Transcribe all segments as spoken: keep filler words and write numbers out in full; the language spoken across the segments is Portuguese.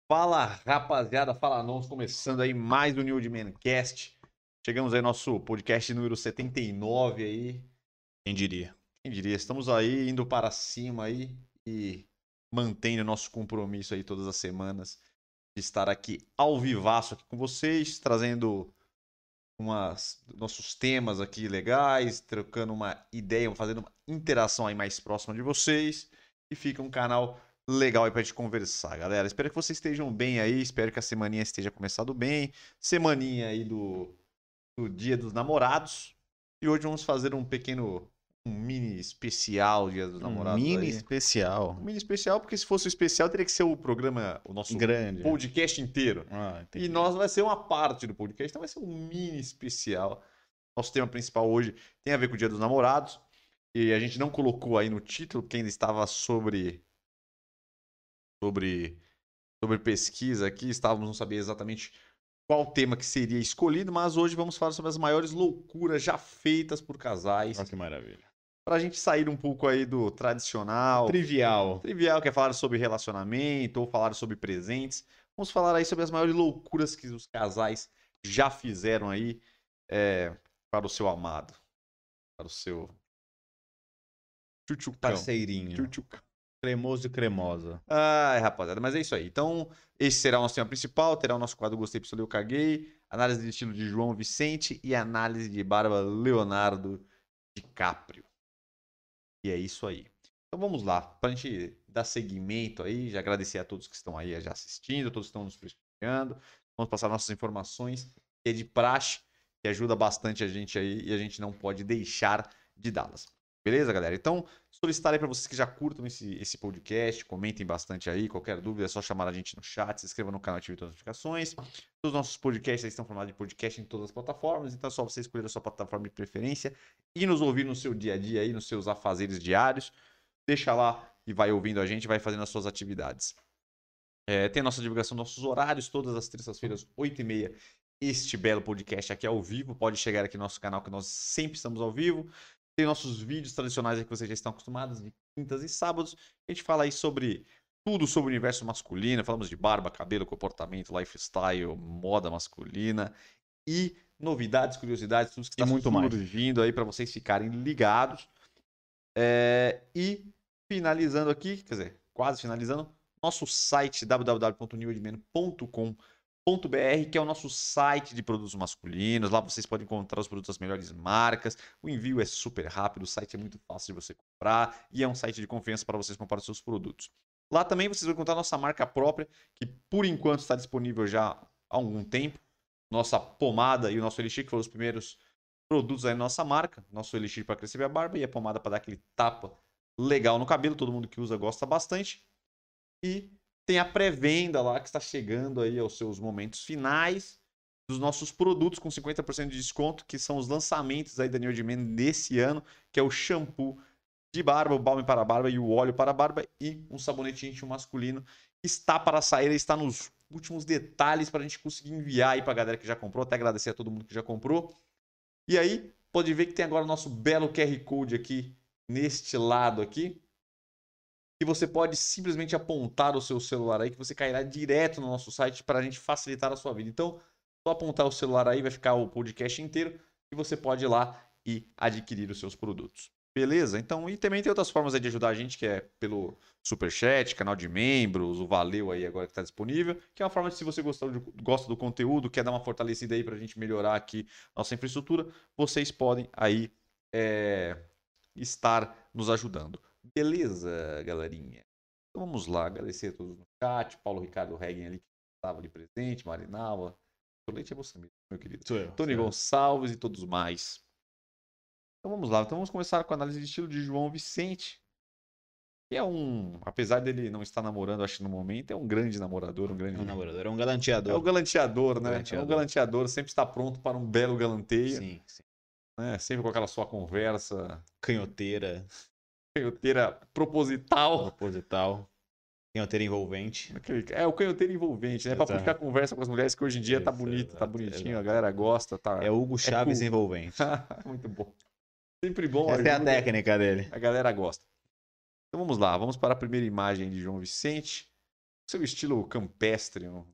Fala, rapaziada, fala nós, começando aí mais um New Man Cast. Chegamos aí no nosso podcast número setenta e nove aí. Quem diria? Quem diria? Estamos aí indo para cima aí e mantendo nosso compromisso aí todas as semanas de estar aqui ao vivaço aqui com vocês, trazendo umas nossos temas aqui legais, trocando uma ideia, fazendo uma interação aí mais próxima de vocês e fica um canal legal aí pra gente conversar, galera. Espero que vocês estejam bem aí, espero que a semaninha esteja começando bem. Semaninha aí do, do Dia dos Namorados. E hoje vamos fazer um pequeno, um mini especial Dia dos Um Namorados mini aí. especial. Um mini especial, porque se fosse o especial, teria que ser o programa, o nosso Grande. podcast inteiro. Ah, E entendi. nós vai ser uma parte do podcast, então vai ser um mini especial. Nosso tema principal hoje tem a ver com o Dia dos Namorados. E a gente não colocou aí no título, porque ainda estava sobre sobre sobre pesquisa aqui, estávamos não sabia exatamente qual tema que seria escolhido, mas hoje vamos falar sobre as maiores loucuras já feitas por casais, Olha que maravilha. para a gente sair um pouco aí do tradicional, Trivial. trivial, que é falar sobre relacionamento ou falar sobre presentes. Vamos falar aí sobre as maiores loucuras que os casais já fizeram aí é, para o seu amado, para o seu tchutchucão. Parceirinho. Tchutchucão. Cremoso e cremosa. Ai, rapaziada, mas é isso aí. Então, esse será o nosso tema principal, terá o nosso quadro Gostei, Pistolei, Eu Caguei, análise de estilo de João Vicente e análise de barba Leonardo DiCaprio. E é isso aí. Então vamos lá, para a gente dar seguimento aí, já agradecer a todos que estão aí já assistindo, todos que estão nos prestigiando. Vamos passar nossas informações, que é de praxe, que ajuda bastante a gente aí e a gente não pode deixar de dá-las. Beleza, galera? Então, solicitar aí para vocês que já curtam esse, esse podcast, comentem bastante aí. Qualquer dúvida é só chamar a gente no chat, se inscreva no canal e ative todas as notificações. Os nossos podcasts estão formados de podcast em todas as plataformas, então é só você escolher a sua plataforma de preferência e nos ouvir no seu dia a dia aí, nos seus afazeres diários. Deixa lá e vai ouvindo a gente, vai fazendo as suas atividades. É, tem a nossa divulgação dos nossos horários, todas as terças-feiras, oito e meia. Este belo podcast aqui ao vivo. Pode chegar aqui no nosso canal, que nós sempre estamos ao vivo. Tem nossos vídeos tradicionais que vocês já estão acostumados, de quintas e sábados. A gente fala aí sobre tudo sobre o universo masculino. Falamos de barba, cabelo, comportamento, lifestyle, moda masculina e novidades, curiosidades, tudo que E está muito mais. surgindo aí para vocês ficarem ligados. É, e finalizando aqui, quer dizer, quase finalizando, nosso site w w w ponto new edman ponto com ponto b r, que é o nosso site de produtos masculinos. Lá vocês podem encontrar os produtos das melhores marcas. O envio é super rápido, o site é muito fácil de você comprar e é um site de confiança para vocês comprar os seus produtos. Lá também vocês vão encontrar nossa marca própria, que por enquanto está disponível já há algum tempo. Nossa pomada e o nosso elixir, que foram os primeiros produtos aí na nossa marca. Nosso elixir para crescer a barba e a pomada para dar aquele tapa legal no cabelo. Todo mundo que usa gosta bastante. E tem a pré-venda lá que está chegando aí aos seus momentos finais dos nossos produtos com cinquenta por cento de desconto, que são os lançamentos aí da New Man desse ano, que é o shampoo de barba, o balme para a barba e o óleo para a barba e um sabonete íntimo masculino que está para sair, está nos últimos detalhes para a gente conseguir enviar aí para a galera que já comprou. Até agradecer a todo mundo que já comprou. E aí, pode ver que tem agora o nosso belo Q R Code aqui, neste lado aqui, que você pode simplesmente apontar o seu celular aí, que você cairá direto no nosso site para a gente facilitar a sua vida. Então, só apontar o celular aí, vai ficar o podcast inteiro e você pode ir lá e adquirir os seus produtos. Beleza? Então, e também tem outras formas aí de ajudar a gente, que é pelo Superchat, canal de membros, o Valeu aí agora que está disponível, que é uma forma de, se você gosta, de, gosta do conteúdo, quer dar uma fortalecida aí para a gente melhorar aqui nossa infraestrutura, vocês podem aí é, estar nos ajudando. Beleza, galerinha? Então vamos lá, agradecer a todos no chat, Paulo Ricardo Regen ali que estava ali presente, Marinalva, o leite é você mesmo, meu querido. Sou eu. Tony sou eu. Gonçalves e todos mais. Então vamos lá, então vamos começar com a análise de estilo de João Vicente, que é um, apesar dele não estar namorando, acho que no momento, é um grande namorador, um grande... É um namorador, é um É galanteador. o galanteador, Um né? É galanteador. um galanteador, sempre está pronto para um belo galanteio, Sim, sim. né? Sempre com aquela sua conversa Canhoteira, canhoteira proposital. proposital, canhoteira envolvente. Aquele- É o canhoteiro envolvente, né? Pra Exato. puxar conversa com as mulheres, que hoje em dia tá Isso, bonito, tá exato, bonitinho, a exato. galera gosta, tá. É Hugo Chaves cool. envolvente. Muito bom. Sempre bom, Essa é a ajuda, técnica dele. a galera gosta. Então vamos lá, vamos para a primeira imagem de João Vicente. seu estilo campestre. Não,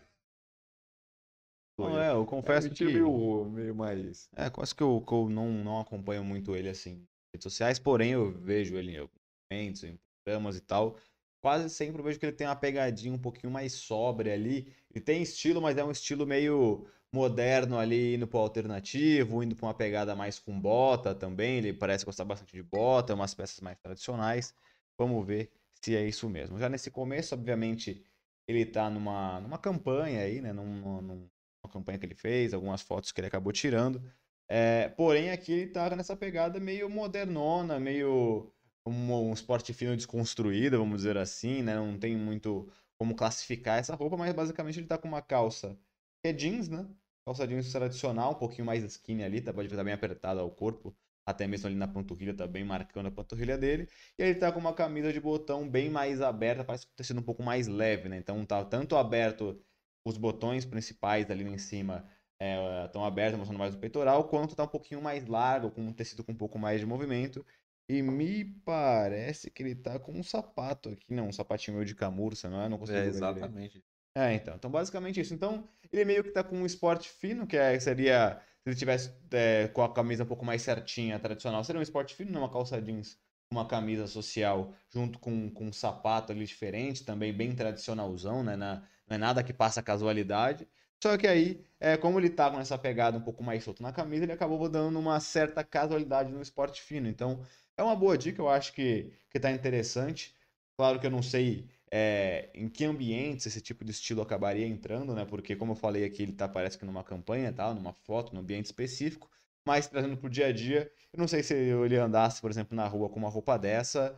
Não, é, eu é um confesso estilo que. meio, meio mais. É, quase que eu, que eu não, não acompanho muito ele assim em redes sociais, porém eu vejo ele em alguns momentos, em programas e tal. Quase sempre eu vejo que ele tem uma pegadinha um pouquinho mais sóbria ali. Ele tem estilo, mas é um estilo meio moderno ali, indo pro alternativo, indo pra uma pegada mais com bota também. Ele parece gostar bastante de bota, umas peças mais tradicionais. Vamos ver se é isso mesmo. Já nesse começo, obviamente, ele tá numa, numa campanha aí, né? Num, num, uma campanha que ele fez, algumas fotos que ele acabou tirando. É, porém, aqui ele tá nessa pegada meio modernona, meio um, um esporte fino desconstruído, vamos dizer assim, né? Não tem muito como classificar essa roupa, mas basicamente ele tá com uma calça que é jeans, né? Calça jeans tradicional, um pouquinho mais skinny ali, tá? Pode ficar bem apertada ao corpo, até mesmo ali na panturrilha, tá bem marcando a panturrilha dele. E ele tá com uma camisa de botão bem mais aberta, parece ter sido um pouco mais leve, né? Então tá tanto aberto os botões principais ali em cima estão é, abertos, mostrando mais o peitoral, quanto está um pouquinho mais largo, com um tecido com um pouco mais de movimento. E me parece que ele tá com um sapato aqui, não, um sapatinho meio de camurça, não é? Não É, consigo ver direito. exatamente. É, então. Então, basicamente isso. Então, ele meio que tá com um esporte fino, que é, seria, se ele tivesse é, com a camisa um pouco mais certinha, tradicional, seria um esporte fino, não uma calça jeans, uma camisa social, junto com, com um sapato ali diferente, também bem tradicionalzão, né? Na, não é nada que passa casualidade. Só que aí, é, como ele tá com essa pegada um pouco mais solto na camisa, ele acabou dando uma certa casualidade no esporte fino. Então, é uma boa dica, eu acho que, que tá interessante. Claro que eu não sei é, em que ambientes esse tipo de estilo acabaria entrando, né? Porque, como eu falei aqui, ele tá, parece que numa campanha, tá? Numa foto, num ambiente específico. Mas trazendo pro dia a dia, eu não sei se ele andasse, por exemplo, na rua com uma roupa dessa,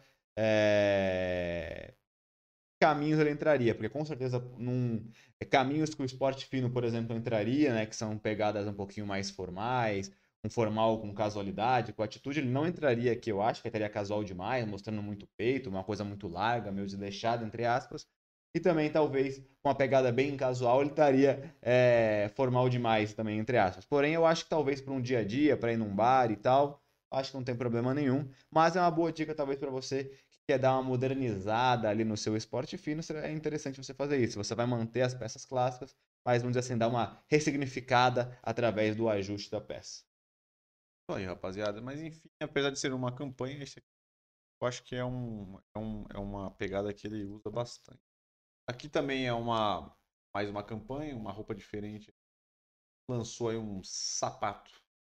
é, caminhos ele entraria, porque com certeza num caminhos que o esporte fino, por exemplo, entraria, né, que são pegadas um pouquinho mais formais, um formal com casualidade, com atitude, ele não entraria aqui, eu acho, que estaria casual demais, mostrando muito peito, uma coisa muito larga, meio desleixada, entre aspas. E também, talvez, com uma pegada bem casual, ele estaria é, formal demais também, entre aspas. Porém, eu acho que talvez para um dia a dia, para ir num bar e tal, acho que não tem problema nenhum. Mas é uma boa dica, talvez, para você quer dar uma modernizada ali no seu esporte fino, é interessante você fazer isso. Você vai manter as peças clássicas, mas vamos dizer assim, dar uma ressignificada através do ajuste da peça. Isso aí, rapaziada. Mas enfim, apesar de ser uma campanha, esse aqui eu acho que é, um, é, um, é uma pegada que ele usa bastante. Aqui também é uma mais uma campanha, uma roupa diferente. Lançou aí um sapato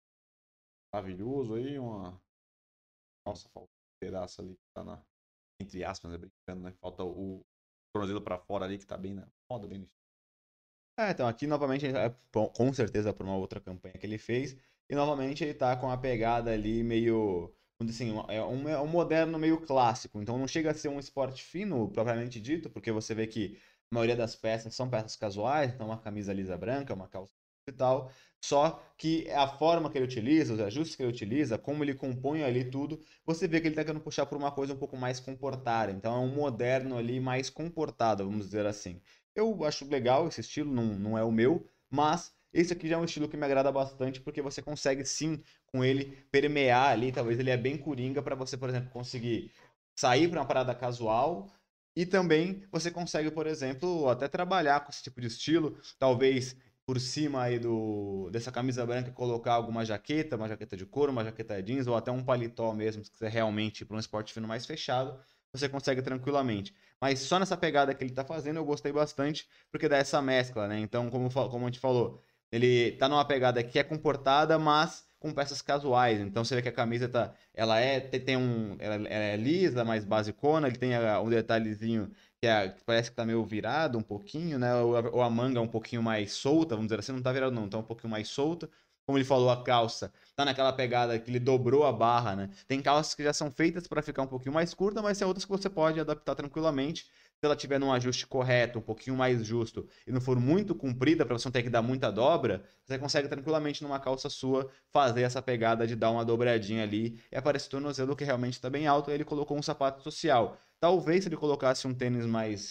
maravilhoso aí, uma. Nossa, falta um pedaço ali que tá na. Entre aspas, né? Brincando, né? Falta o tornozelo pra fora ali que tá bem na moda, bem no estilo. É, então aqui novamente é po- com certeza por uma outra campanha que ele fez e novamente ele tá com a pegada ali meio, vamos dizer assim, é um, é um moderno meio clássico, então não chega a ser um esporte fino propriamente dito, porque você vê que a maioria das peças são peças casuais, então uma camisa lisa branca, uma calça e tal, só que a forma que ele utiliza, os ajustes que ele utiliza, como ele compõe ali tudo, você vê que ele tá querendo puxar por uma coisa um pouco mais comportada, então é um moderno ali mais comportado, vamos dizer assim. Eu acho legal esse estilo, não, não é o meu, mas esse aqui já é um estilo que me agrada bastante porque você consegue sim com ele permear ali, talvez ele é bem coringa para você, por exemplo, conseguir sair para uma parada casual e também você consegue, por exemplo, até trabalhar com esse tipo de estilo, talvez por cima aí do dessa camisa branca colocar alguma jaqueta, uma jaqueta de couro, uma jaqueta jeans ou até um paletó mesmo, se quiser realmente ir para um esporte fino mais fechado, você consegue tranquilamente. Mas só nessa pegada que ele tá fazendo eu gostei bastante, porque dá essa mescla, né? Então, como, como a gente falou, ele tá numa pegada que é comportada, mas com peças casuais. Então você vê que a camiseta, ela é tem um, ela, ela é lisa, mais basicona, ele tem a, um detalhezinho que, é, que parece que tá meio virado um pouquinho, né? Ou a, ou a manga um pouquinho mais solta, vamos dizer assim, não tá virado não, tá um pouquinho mais solta. Como ele falou, a calça tá naquela pegada que ele dobrou a barra, né? Tem calças que já são feitas para ficar um pouquinho mais curta, mas tem outras que você pode adaptar tranquilamente. Se ela tiver num ajuste correto, um pouquinho mais justo, e não for muito comprida, para você não ter que dar muita dobra, você consegue tranquilamente numa calça sua fazer essa pegada de dar uma dobradinha ali e aparece o tornozelo que realmente está bem alto, e ele colocou um sapato social. Talvez se ele colocasse um tênis mais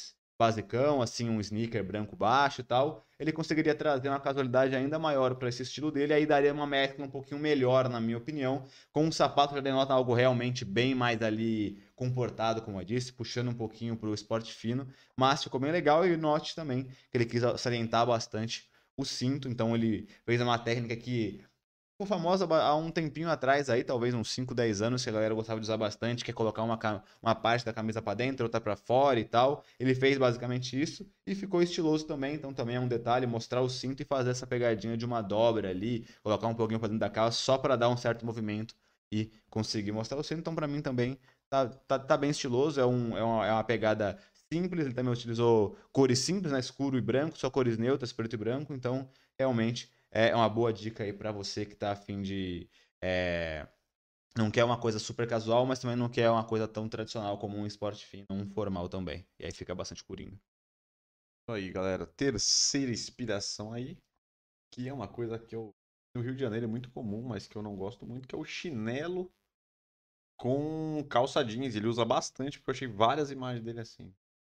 basicão, assim, um sneaker branco baixo e tal, ele conseguiria trazer uma casualidade ainda maior para esse estilo dele, aí daria uma mescla um pouquinho melhor, na minha opinião, com um sapato já denota algo realmente bem mais ali comportado, como eu disse, puxando um pouquinho para o esporte fino, mas ficou bem legal. E note também que ele quis salientar bastante o cinto, então ele fez uma técnica que ficou famosa há um tempinho atrás aí, talvez uns cinco, dez anos, que a galera gostava de usar bastante, que é colocar uma, uma parte da camisa para dentro, outra para fora e tal. Ele fez basicamente isso e ficou estiloso também, então também é um detalhe mostrar o cinto e fazer essa pegadinha de uma dobra ali, colocar um pouquinho para dentro da calça só para dar um certo movimento e conseguir mostrar o cinto. Então para mim também tá, tá, tá bem estiloso, é, um, é, uma, é uma pegada simples, ele também utilizou cores simples, né, escuro e branco, só cores neutras, preto e branco, então realmente é uma boa dica aí para você que tá afim de. É, não quer uma coisa super casual, mas também não quer uma coisa tão tradicional como um esporte fino, um formal também. E aí fica bastante coringa. Isso aí, galera. Terceira inspiração aí, que é uma coisa que eu no Rio de Janeiro é muito comum, mas que eu não gosto muito, que é o chinelo com calça jeans. Ele usa bastante, porque eu achei várias imagens dele assim.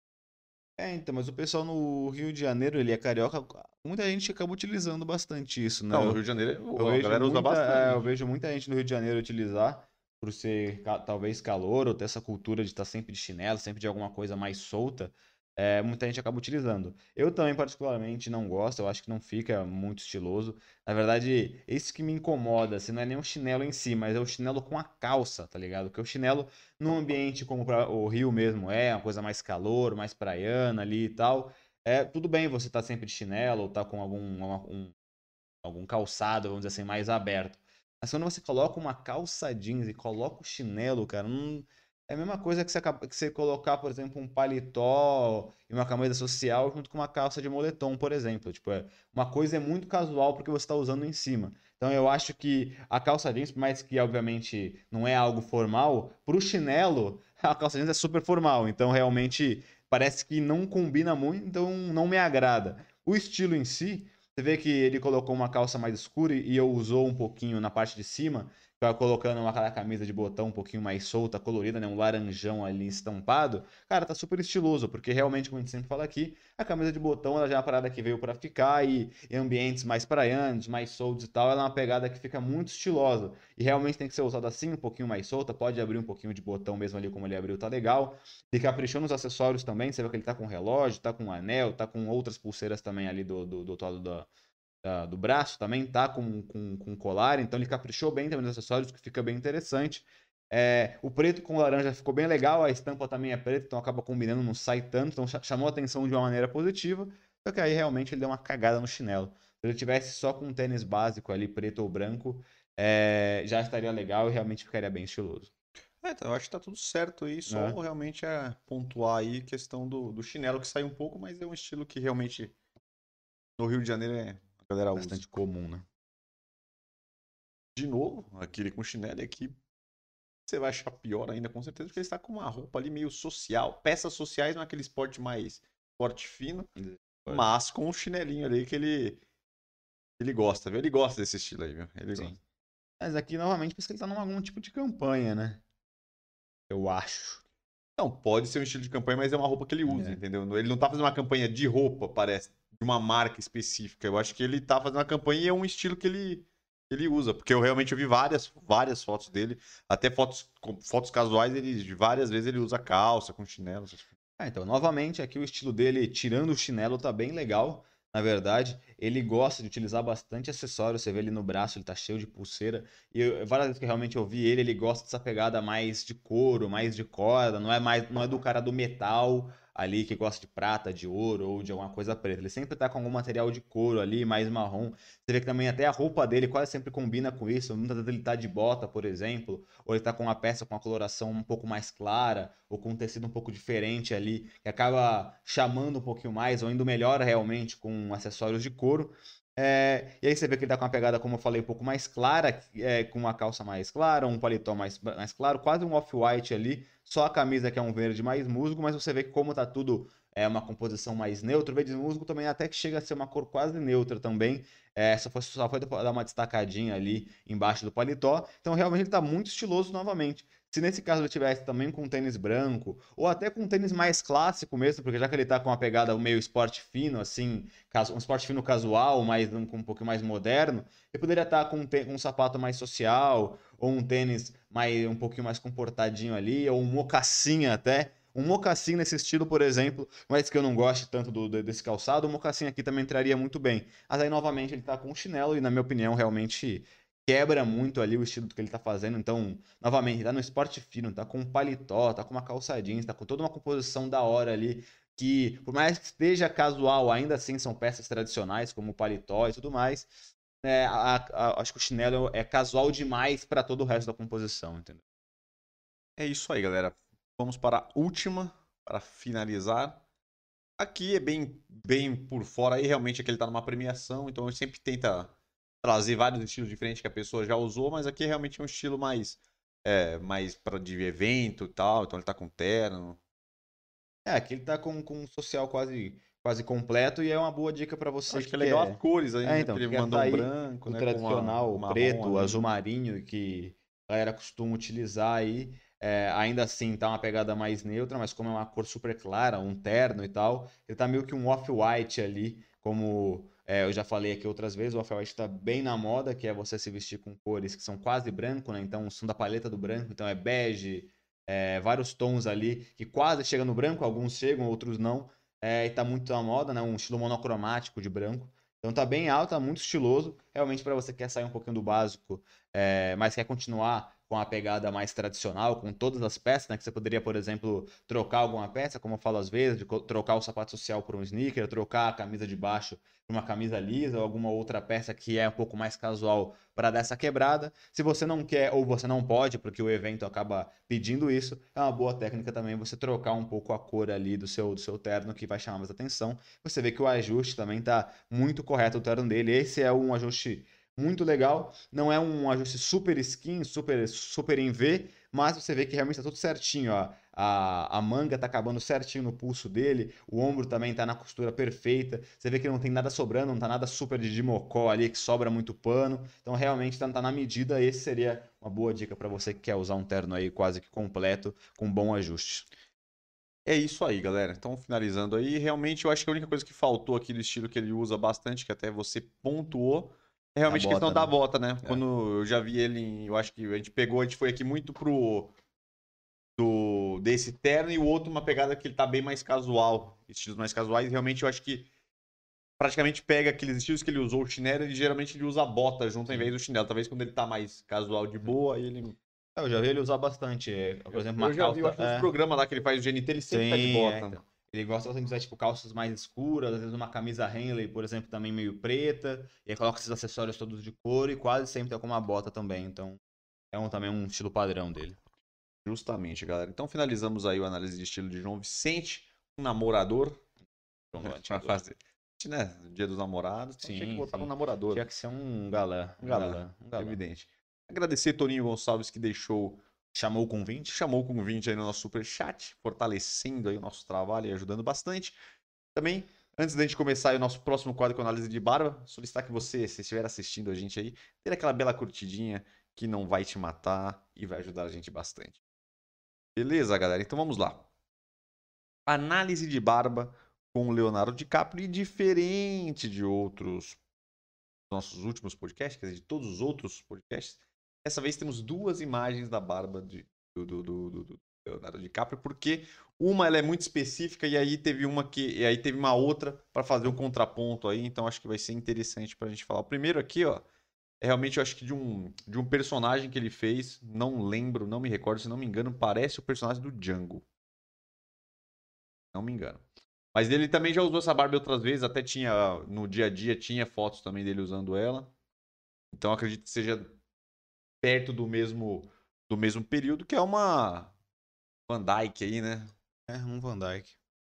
É, então, mas o pessoal no Rio de Janeiro, ele é carioca, muita gente acaba utilizando bastante isso, né? Não, no Eu, Rio de Janeiro eu a vejo galera usa muita, é, eu bastante. vejo muita gente no Rio de Janeiro utilizar por ser ca- talvez calor ou ter essa cultura de estar sempre de chinelo, sempre de alguma coisa mais solta. É, muita gente acaba utilizando. Eu também, particularmente, não gosto, eu acho que não fica muito estiloso. Na verdade, isso que me incomoda, assim, não é nem o chinelo em si, mas é o chinelo com a calça, tá ligado? Porque o chinelo, num ambiente como pra- o Rio mesmo é, uma coisa mais calor, mais praiana ali e tal, é tudo bem você tá sempre de chinelo ou tá com algum, uma- um- algum calçado, vamos dizer assim, mais aberto. Mas quando você coloca uma calça jeans e coloca o chinelo, cara, não... é a mesma coisa que você, acaba- que você colocar, por exemplo, um paletó e uma camisa social junto com uma calça de moletom, por exemplo. Tipo, é... uma coisa é muito casual porque você está usando em cima. Então eu acho que a calça jeans, por mais que obviamente não é algo formal, pro chinelo, a calça jeans é super formal. Então realmente parece que não combina muito, então não me agrada. O estilo em si, você vê que ele colocou uma calça mais escura e eu usou um pouquinho na parte de cima, tava colocando uma aquela camisa de botão um pouquinho mais solta, colorida, né? Um laranjão ali estampado. Cara, tá super estiloso, porque realmente, como a gente sempre fala aqui, a camisa de botão ela já é uma parada que veio para ficar e em ambientes mais praianos, mais soltos e tal, ela é uma pegada que fica muito estilosa. E realmente tem que ser usada assim, um pouquinho mais solta, pode abrir um pouquinho de botão mesmo ali como ele abriu, tá legal. E caprichou nos acessórios também, você vê que ele tá com relógio, tá com um anel, tá com outras pulseiras também ali do, do, do outro lado da, da- do braço, também tá com, com, com colar, então ele caprichou bem também nos acessórios, que fica bem interessante. É, o preto com laranja ficou bem legal, a estampa também é preta, então acaba combinando, não sai tanto, então cha- chamou a atenção de uma maneira positiva, só que aí realmente ele deu uma cagada no chinelo. Se ele tivesse só com um tênis básico ali, preto ou branco, é, já estaria legal e realmente ficaria bem estiloso. É, então, eu acho que tá tudo certo aí, Né? só realmente é pontuar aí a questão do, do chinelo que sai um pouco, mas é um estilo que realmente no Rio de Janeiro é, a galera usa. Bastante comum, né? De novo, aquele com chinelo aqui, você vai achar pior ainda, com certeza, porque ele está com uma roupa ali meio social, peças sociais, não é aquele esporte mais esporte fino, mas com o chinelinho ali que ele, ele gosta, viu? Ele gosta desse estilo aí, viu? Ele Sim. gosta. Mas aqui, novamente, parece que ele tá num algum tipo de campanha, né? Eu acho. Não, pode ser um estilo de campanha, mas é uma roupa que ele usa, É. entendeu? Ele não tá fazendo uma campanha de roupa, parece, de uma marca específica. Eu acho que ele tá fazendo uma campanha e é um estilo que ele, que ele usa. Porque eu realmente vi várias, várias fotos dele, até fotos, com- fotos casuais, ele várias vezes ele usa calça com chinelo. Essas coisas. Ah, então, novamente, aqui o estilo dele, tirando o chinelo, tá bem legal. Na verdade, ele gosta de utilizar bastante acessório. Você vê ele no braço, ele tá cheio de pulseira. E eu- várias vezes que realmente eu vi ele, ele gosta dessa pegada mais de couro, mais de corda. Não é mais, não é do cara do metal ali que gosta de prata, de ouro ou de alguma coisa preta. Ele sempre tá com algum material de couro ali, mais marrom. Você vê que também até a roupa dele quase sempre combina com isso. Muitas vezes ele tá de bota, por exemplo, ou ele tá com uma peça com uma coloração um pouco mais clara, ou com um tecido um pouco diferente ali, que acaba chamando um pouquinho mais, ou indo melhor realmente com acessórios de couro. É, e aí você vê que ele tá com uma pegada, como eu falei, um pouco mais clara, é, com uma calça mais clara, um paletó mais, mais claro, quase um off-white ali, só a camisa que é um verde mais musgo, mas você vê que como tá tudo é uma composição mais neutra, o verde musgo também até que chega a ser uma cor quase neutra também, é, só foi, só foi dar uma destacadinha ali embaixo do paletó, então realmente ele tá muito estiloso novamente. Se nesse caso ele tivesse também com tênis branco, ou até com tênis mais clássico mesmo, porque já que ele tá com uma pegada meio esporte fino, assim, um esporte fino casual, mas um, um pouquinho mais moderno, ele poderia estar com um, um sapato mais social, ou um tênis mais, um pouquinho mais comportadinho ali, ou um mocassim até. Um mocassim nesse estilo, por exemplo, mas que eu não gosto tanto do, desse calçado, o mocassim aqui também entraria muito bem. Mas aí, novamente, ele tá com chinelo e, na minha opinião, realmente quebra muito ali o estilo do que ele tá fazendo. Então, novamente, tá no esporte fino, tá com um paletó, tá com uma calça jeans, tá com toda uma composição da hora ali, que por mais que esteja casual, ainda assim são peças tradicionais, como o paletó e tudo mais. É, a, a, acho que o chinelo é casual demais para todo o resto da composição, entendeu? É isso aí, galera. Vamos para a última, para finalizar. Aqui é bem, bem por fora aí, realmente aqui ele tá numa premiação, então a gente sempre tenta trazer vários estilos diferentes que a pessoa já usou, mas aqui realmente é um estilo mais, é, mais para de evento e tal, então ele tá com terno. É, aqui ele tá com, com um social quase, quase completo e é uma boa dica para você Acho que que é legal as quer. cores aí, É, né? então, Porque que ele quer mandou um sair branco, do né? Com uma, tradicional um marrom preto, ali. azul marinho que a galera costuma utilizar aí. É, ainda assim, tá uma pegada mais neutra, mas como é uma cor super clara, um terno e tal, ele tá meio que um off-white ali, como é, eu já falei aqui outras vezes, o off-white tá bem na moda, que é você se vestir com cores que são quase branco, né? Então são da paleta do branco, então é bege, é, vários tons ali que quase chegam no branco, alguns chegam, outros não. É, e tá muito na moda, né? Um estilo monocromático de branco. Então tá bem alto, tá muito estiloso. Realmente para você que quer sair um pouquinho do básico, é, mas quer continuar com a pegada mais tradicional, com todas as peças, né? Que você poderia, por exemplo, trocar alguma peça, como eu falo às vezes, de trocar o sapato social por um sneaker, trocar a camisa de baixo por uma camisa lisa ou alguma outra peça que é um pouco mais casual para dar essa quebrada. Se você não quer ou você não pode, porque o evento acaba pedindo isso, é uma boa técnica também você trocar um pouco a cor ali do seu, do seu terno, que vai chamar mais atenção. Você vê que o ajuste também está muito correto, o terno dele. Esse é um ajuste muito legal. Não é um ajuste super skin, super, super em V, mas você vê que realmente está tudo certinho. Ó. A, a manga tá acabando certinho no pulso dele, o ombro também tá na costura perfeita. Você vê que não tem nada sobrando, não tá nada super de mocó ali, que sobra muito pano. Então realmente tá, tá na medida. Esse seria uma boa dica para você que quer usar um terno aí quase que completo, com bom ajuste. É isso aí, galera. Então, finalizando aí, realmente eu acho que a única coisa que faltou aqui do estilo que ele usa bastante, que até você pontuou, é A realmente a questão bota, da né? bota, né? É. Quando eu já vi ele, em- eu acho que a gente pegou, a gente foi aqui muito pro do desse terno e o outro uma pegada que ele tá bem mais casual, estilos mais casuais. Realmente eu acho que praticamente pega aqueles estilos que ele usou o chinelo e geralmente ele usa a bota junto ao invés Sim. do chinelo. Talvez quando ele tá mais casual de boa, aí ele É, eu já vi ele usar bastante. é, Por exemplo, uma eu já vi, eu calça. acho nos É, programas lá que ele faz o G N T, ele sempre tá de sim, é, bota. então. Ele gosta bastante de usar, tipo, calças mais escuras, às vezes uma camisa Henley, por exemplo, também meio preta, e aí coloca esses acessórios todos de couro e quase sempre tá com uma bota também, então é um, também um estilo padrão dele. Justamente, galera. Então finalizamos aí o análise de estilo de João Vicente, um namorador, João né, para Roteador. fazer, né, Dia dos Namorados, então tinha que Sim, botar um sim. namorador, Tinha que ser um galã, um um galã, galã, um galã. evidente. Agradecer Toninho Gonçalves que deixou, Chamou o convite? chamou o convite aí no nosso super chat, fortalecendo aí o nosso trabalho e ajudando bastante. Também, antes da gente começar aí o nosso próximo quadro com análise de barba, solicitar que você, se estiver assistindo a gente aí, ter aquela bela curtidinha que não vai te matar e vai ajudar a gente bastante. Beleza, galera? Então vamos lá. Análise de barba com o Leonardo DiCaprio e diferente de outros nossos últimos podcasts, quer dizer, de todos os outros podcasts, dessa vez temos duas imagens da barba de, do, do, do, do, do Leonardo DiCaprio, porque uma ela é muito específica e aí teve uma que e aí teve uma outra para fazer um contraponto aí, então acho que vai ser interessante para a gente falar. O primeiro aqui, ó, é realmente eu acho que de um de um personagem que ele fez, não lembro, não me recordo, se não me engano, parece o personagem do Django. Não me engano. Mas ele também já usou essa barba outras vezes, até tinha no dia a dia tinha fotos também dele usando ela. Então acredito que seja perto do mesmo do mesmo período, que é uma Van Dyke aí, né? É, um Van Dyke.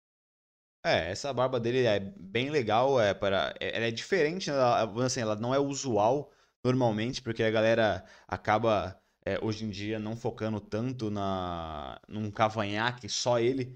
É, essa barba dele é bem legal, é para, é- ela é diferente, né? Ela, vamos assim, ela não é usual normalmente, porque a galera acaba é, hoje em dia não focando tanto na num cavanhaque só ele,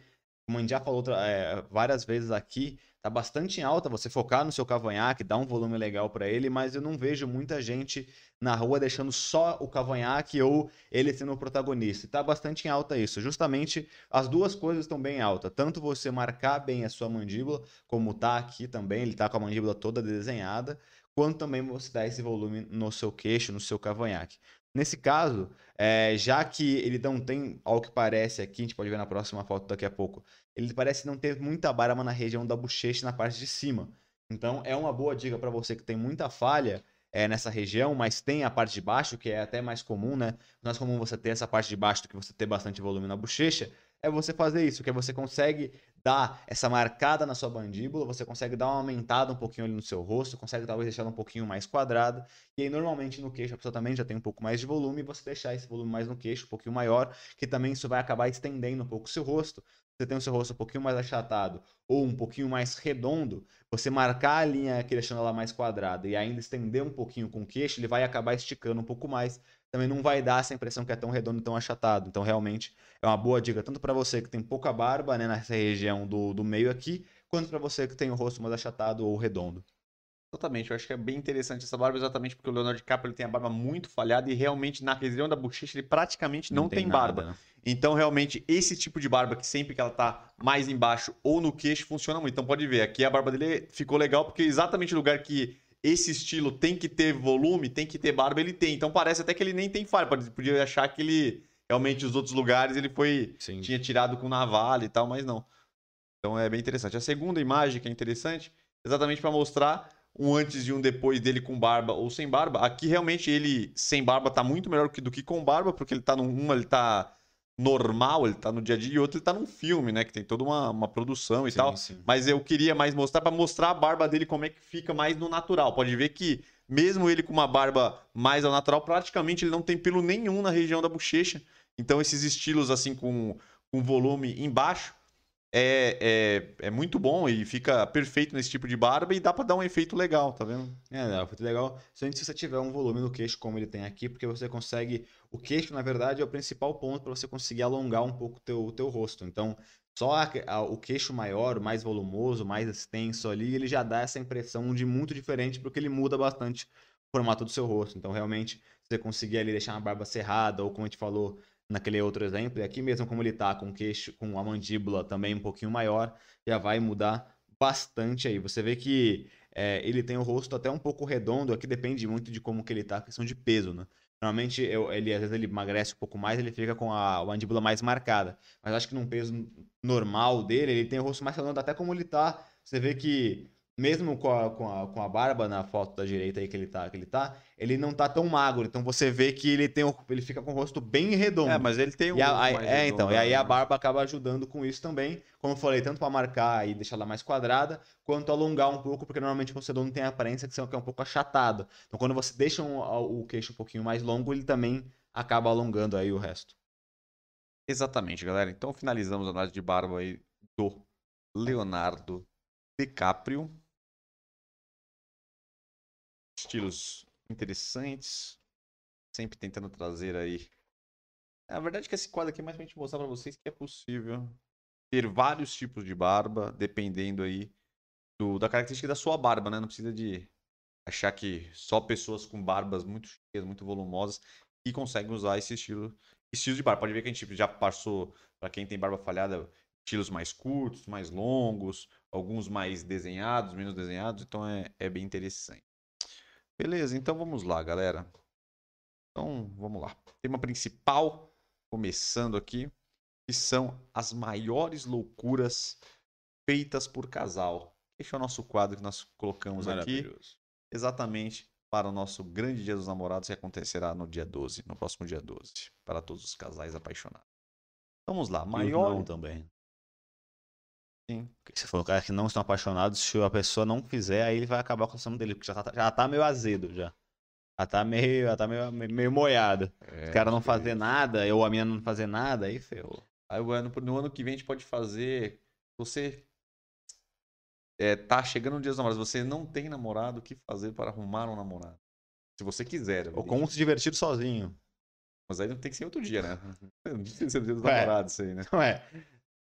como a gente já falou outra, é, várias vezes aqui, tá bastante em alta você focar no seu cavanhaque, dar um volume legal para ele, mas eu não vejo muita gente na rua deixando só o cavanhaque ou ele sendo o protagonista. E tá bastante em alta isso. Justamente as duas coisas estão bem alta. Tanto você marcar bem a sua mandíbula, como tá aqui também, ele tá com a mandíbula toda desenhada, quanto também você dá esse volume no seu queixo, no seu cavanhaque. Nesse caso, é, já que ele não tem, ao que parece aqui, a gente pode ver na próxima foto daqui a pouco, ele parece não ter muita barba na região da bochecha na parte de cima. Então é uma boa dica para você que tem muita falha é, nessa região, mas tem a parte de baixo, que é até mais comum, né? Mais comum você ter essa parte de baixo do que você ter bastante volume na bochecha, é você fazer isso, que você consegue dar essa marcada na sua mandíbula, você consegue dar uma aumentada um pouquinho ali no seu rosto, consegue talvez deixar ela um pouquinho mais quadrada, e aí normalmente no queixo a pessoa também já tem um pouco mais de volume, e você deixar esse volume mais no queixo, um pouquinho maior, que também isso vai acabar estendendo um pouco o seu rosto. Você tem o seu rosto um pouquinho mais achatado ou um pouquinho mais redondo, você marcar a linha aqui deixando ela mais quadrada e ainda estender um pouquinho com o queixo, ele vai acabar esticando um pouco mais. Também não vai dar essa impressão que é tão redondo e tão achatado. Então, realmente, é uma boa dica, tanto para você que tem pouca barba, né, nessa região do, do meio aqui, quanto para você que tem o rosto mais achatado ou redondo. Exatamente, eu acho que é bem interessante essa barba, exatamente porque o Leonardo DiCaprio ele tem a barba muito falhada e realmente na região da bochecha ele praticamente não, Não tem tem nada, barba. né? Então, realmente, esse tipo de barba que sempre que ela tá mais embaixo ou no queixo funciona muito. Então, pode ver, aqui a barba dele ficou legal porque exatamente o lugar que esse estilo tem que ter volume, tem que ter barba, ele tem. Então, parece até que ele nem tem falha. Pode- Podia achar que ele realmente os outros lugares ele foi Sim. tinha tirado com navalha e tal, mas não. Então, é bem interessante. A segunda imagem que é interessante, exatamente para mostrar um antes e um depois dele com barba ou sem barba. Aqui realmente ele sem barba tá muito melhor do que, do que com barba, porque ele tá num uma ele tá normal, ele tá no dia a dia, e outro ele tá num filme, né, que tem toda uma, uma produção e Sim, tal. sim. Mas eu queria mais mostrar para mostrar a barba dele como é que fica mais no natural. Pode ver que mesmo ele com uma barba mais ao natural, praticamente ele não tem pelo nenhum na região da bochecha. Então esses estilos assim com com volume embaixo é, é, é muito bom e fica perfeito nesse tipo de barba e dá pra dar um efeito legal, tá vendo? É, não, foi legal. Somente se você tiver um volume no queixo como ele tem aqui, porque você consegue. O queixo, na verdade, é o principal ponto para você conseguir alongar um pouco o teu, o teu rosto. Então, só a- a- o queixo maior, mais volumoso, mais extenso ali, ele já dá essa impressão de muito diferente, porque ele muda bastante o formato do seu rosto. Então, realmente, se você conseguir ali deixar uma barba cerrada, ou como a gente falou naquele outro exemplo, e aqui mesmo como ele tá, com o queixo, com a mandíbula também um pouquinho maior, já vai mudar bastante aí. Você vê que é, ele tem o rosto até um pouco redondo, aqui depende muito de como que ele tá, a questão de peso, né? Normalmente eu- ele, às vezes ele emagrece um pouco mais, ele fica com a, a mandíbula mais marcada. Mas acho que num peso normal dele, ele tem o rosto mais redondo, até como ele tá. Você vê que, mesmo com a, com a, com a barba na foto da direita aí que ele tá, que ele tá, ele não tá tão magro. Então você vê que ele tem o- ele fica com o rosto bem É, redondo. mas ele tem E um a- rosto a- mais é, então, e redondo, aí a né? barba acaba ajudando com isso também. Como eu falei, tanto para marcar e deixar ela mais quadrada, quanto alongar um pouco, porque normalmente o torcedor não tem a aparência que é um pouco achatado. Então, quando você deixa um- o queixo um pouquinho mais longo, ele também acaba alongando aí o resto. Exatamente, galera. Então finalizamos a análise de barba aí do Leonardo DiCaprio. Estilos interessantes, sempre tentando trazer aí. A verdade é que esse quadro aqui é mais pra gente mostrar pra vocês que é possível ter vários tipos de barba, dependendo aí do, da característica da sua barba, né? Não precisa de achar que só pessoas com barbas muito cheias, muito volumosas, que conseguem usar esse estilo, estilos de barba. Pode ver que a gente já passou, para quem tem barba falhada, estilos mais curtos, mais longos, alguns mais desenhados, menos desenhados, então é, é bem interessante. Beleza, então vamos lá, galera. Então vamos lá. Tema principal, começando aqui, que são as maiores loucuras feitas por casal. Este é o nosso quadro que nós colocamos aqui Maravilhoso. exatamente para o nosso grande Dia dos Namorados, que acontecerá no dia doze, no próximo dia doze, para todos os casais apaixonados. Vamos lá, E os maior. não também. Sim. Porque você falou, cara, que não estão apaixonados, se a pessoa não fizer, aí ele vai acabar com o relacionamento dele, porque já tá, já tá meio azedo já. Já tá meio, já tá meio, meio moiado. Os É, caras não acho que é fazer isso. nada, ou a menina não fazer nada, aí ferrou. Aí o ano, no ano que vem a gente pode fazer. Você é, tá chegando no dia dos namorados, você não tem namorado, o que fazer para arrumar um namorado? Se você quiser, Ou como evidente. se divertir sozinho. Mas aí não tem que ser outro dia, né? Não precisa ser no dia dos Ué, namorados isso aí, né? ué.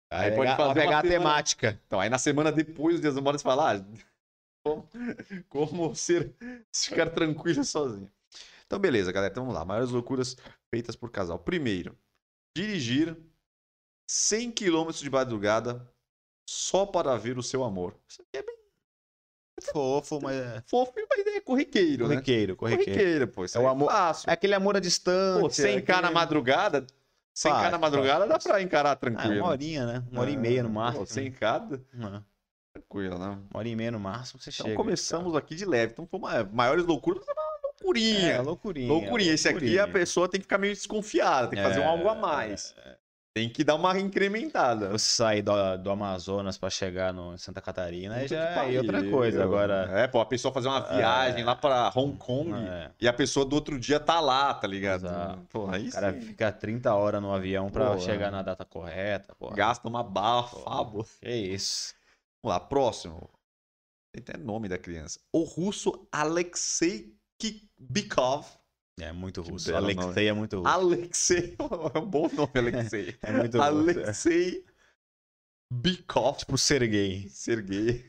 Aí Vai pode pegar- fazer vai pegar uma a semana- temática. Então, aí na semana depois dos Dias dos Namorados, você fala, ah, como, como ser, ficar tranquilo sozinho. Então, beleza, galera. Então, vamos lá. Maiores loucuras feitas por casal. Primeiro, dirigir cem quilômetros de madrugada só para ver o seu amor. Isso aqui é bem Fofo, mas é fofo, mas é corriqueiro, né? corriqueiro, corriqueiro. Corriqueiro, pô. Isso É o aí amor- fácil. É aquele amor à distância. Pô, cem K na aquele- madrugada, cem K Fácil, na madrugada dá fácil. pra encarar Ah, tranquilo. uma horinha, né? Uma hora e meia no Ah, máximo. pô, cem K, Uma tranquilo, né? hora e meia no máximo, você Então chega. começamos aqui de leve. Então foi uma maiores loucuras, mas é uma loucurinha. É, loucurinha. loucurinha. Esse aqui a loucurinha. pessoa tem que ficar meio desconfiada, tem que fazer um É, algo a mais. Tem que dar uma incrementada. Você sair do, do Amazonas pra chegar no, em Santa Catarina, aí Puta já que é outra pariu. coisa. Agora. É, pô, a pessoa fazer uma viagem É. lá pra Hong Kong É. e a pessoa do outro dia tá lá, tá ligado? Exato. Pô, aí O cara sim. fica trinta horas no avião pra Pô, chegar é. na data correta. Porra. Gasta uma bala, Pô, fábula. Que isso. Vamos lá, próximo. Tem até nome da criança. O russo Alexei Bikov. É muito Que russo. belo Alexei é muito russo. Alexei, é um bom nome, Alexei. É muito russo. Alexei Bikov. Tipo Sergei. Sergei.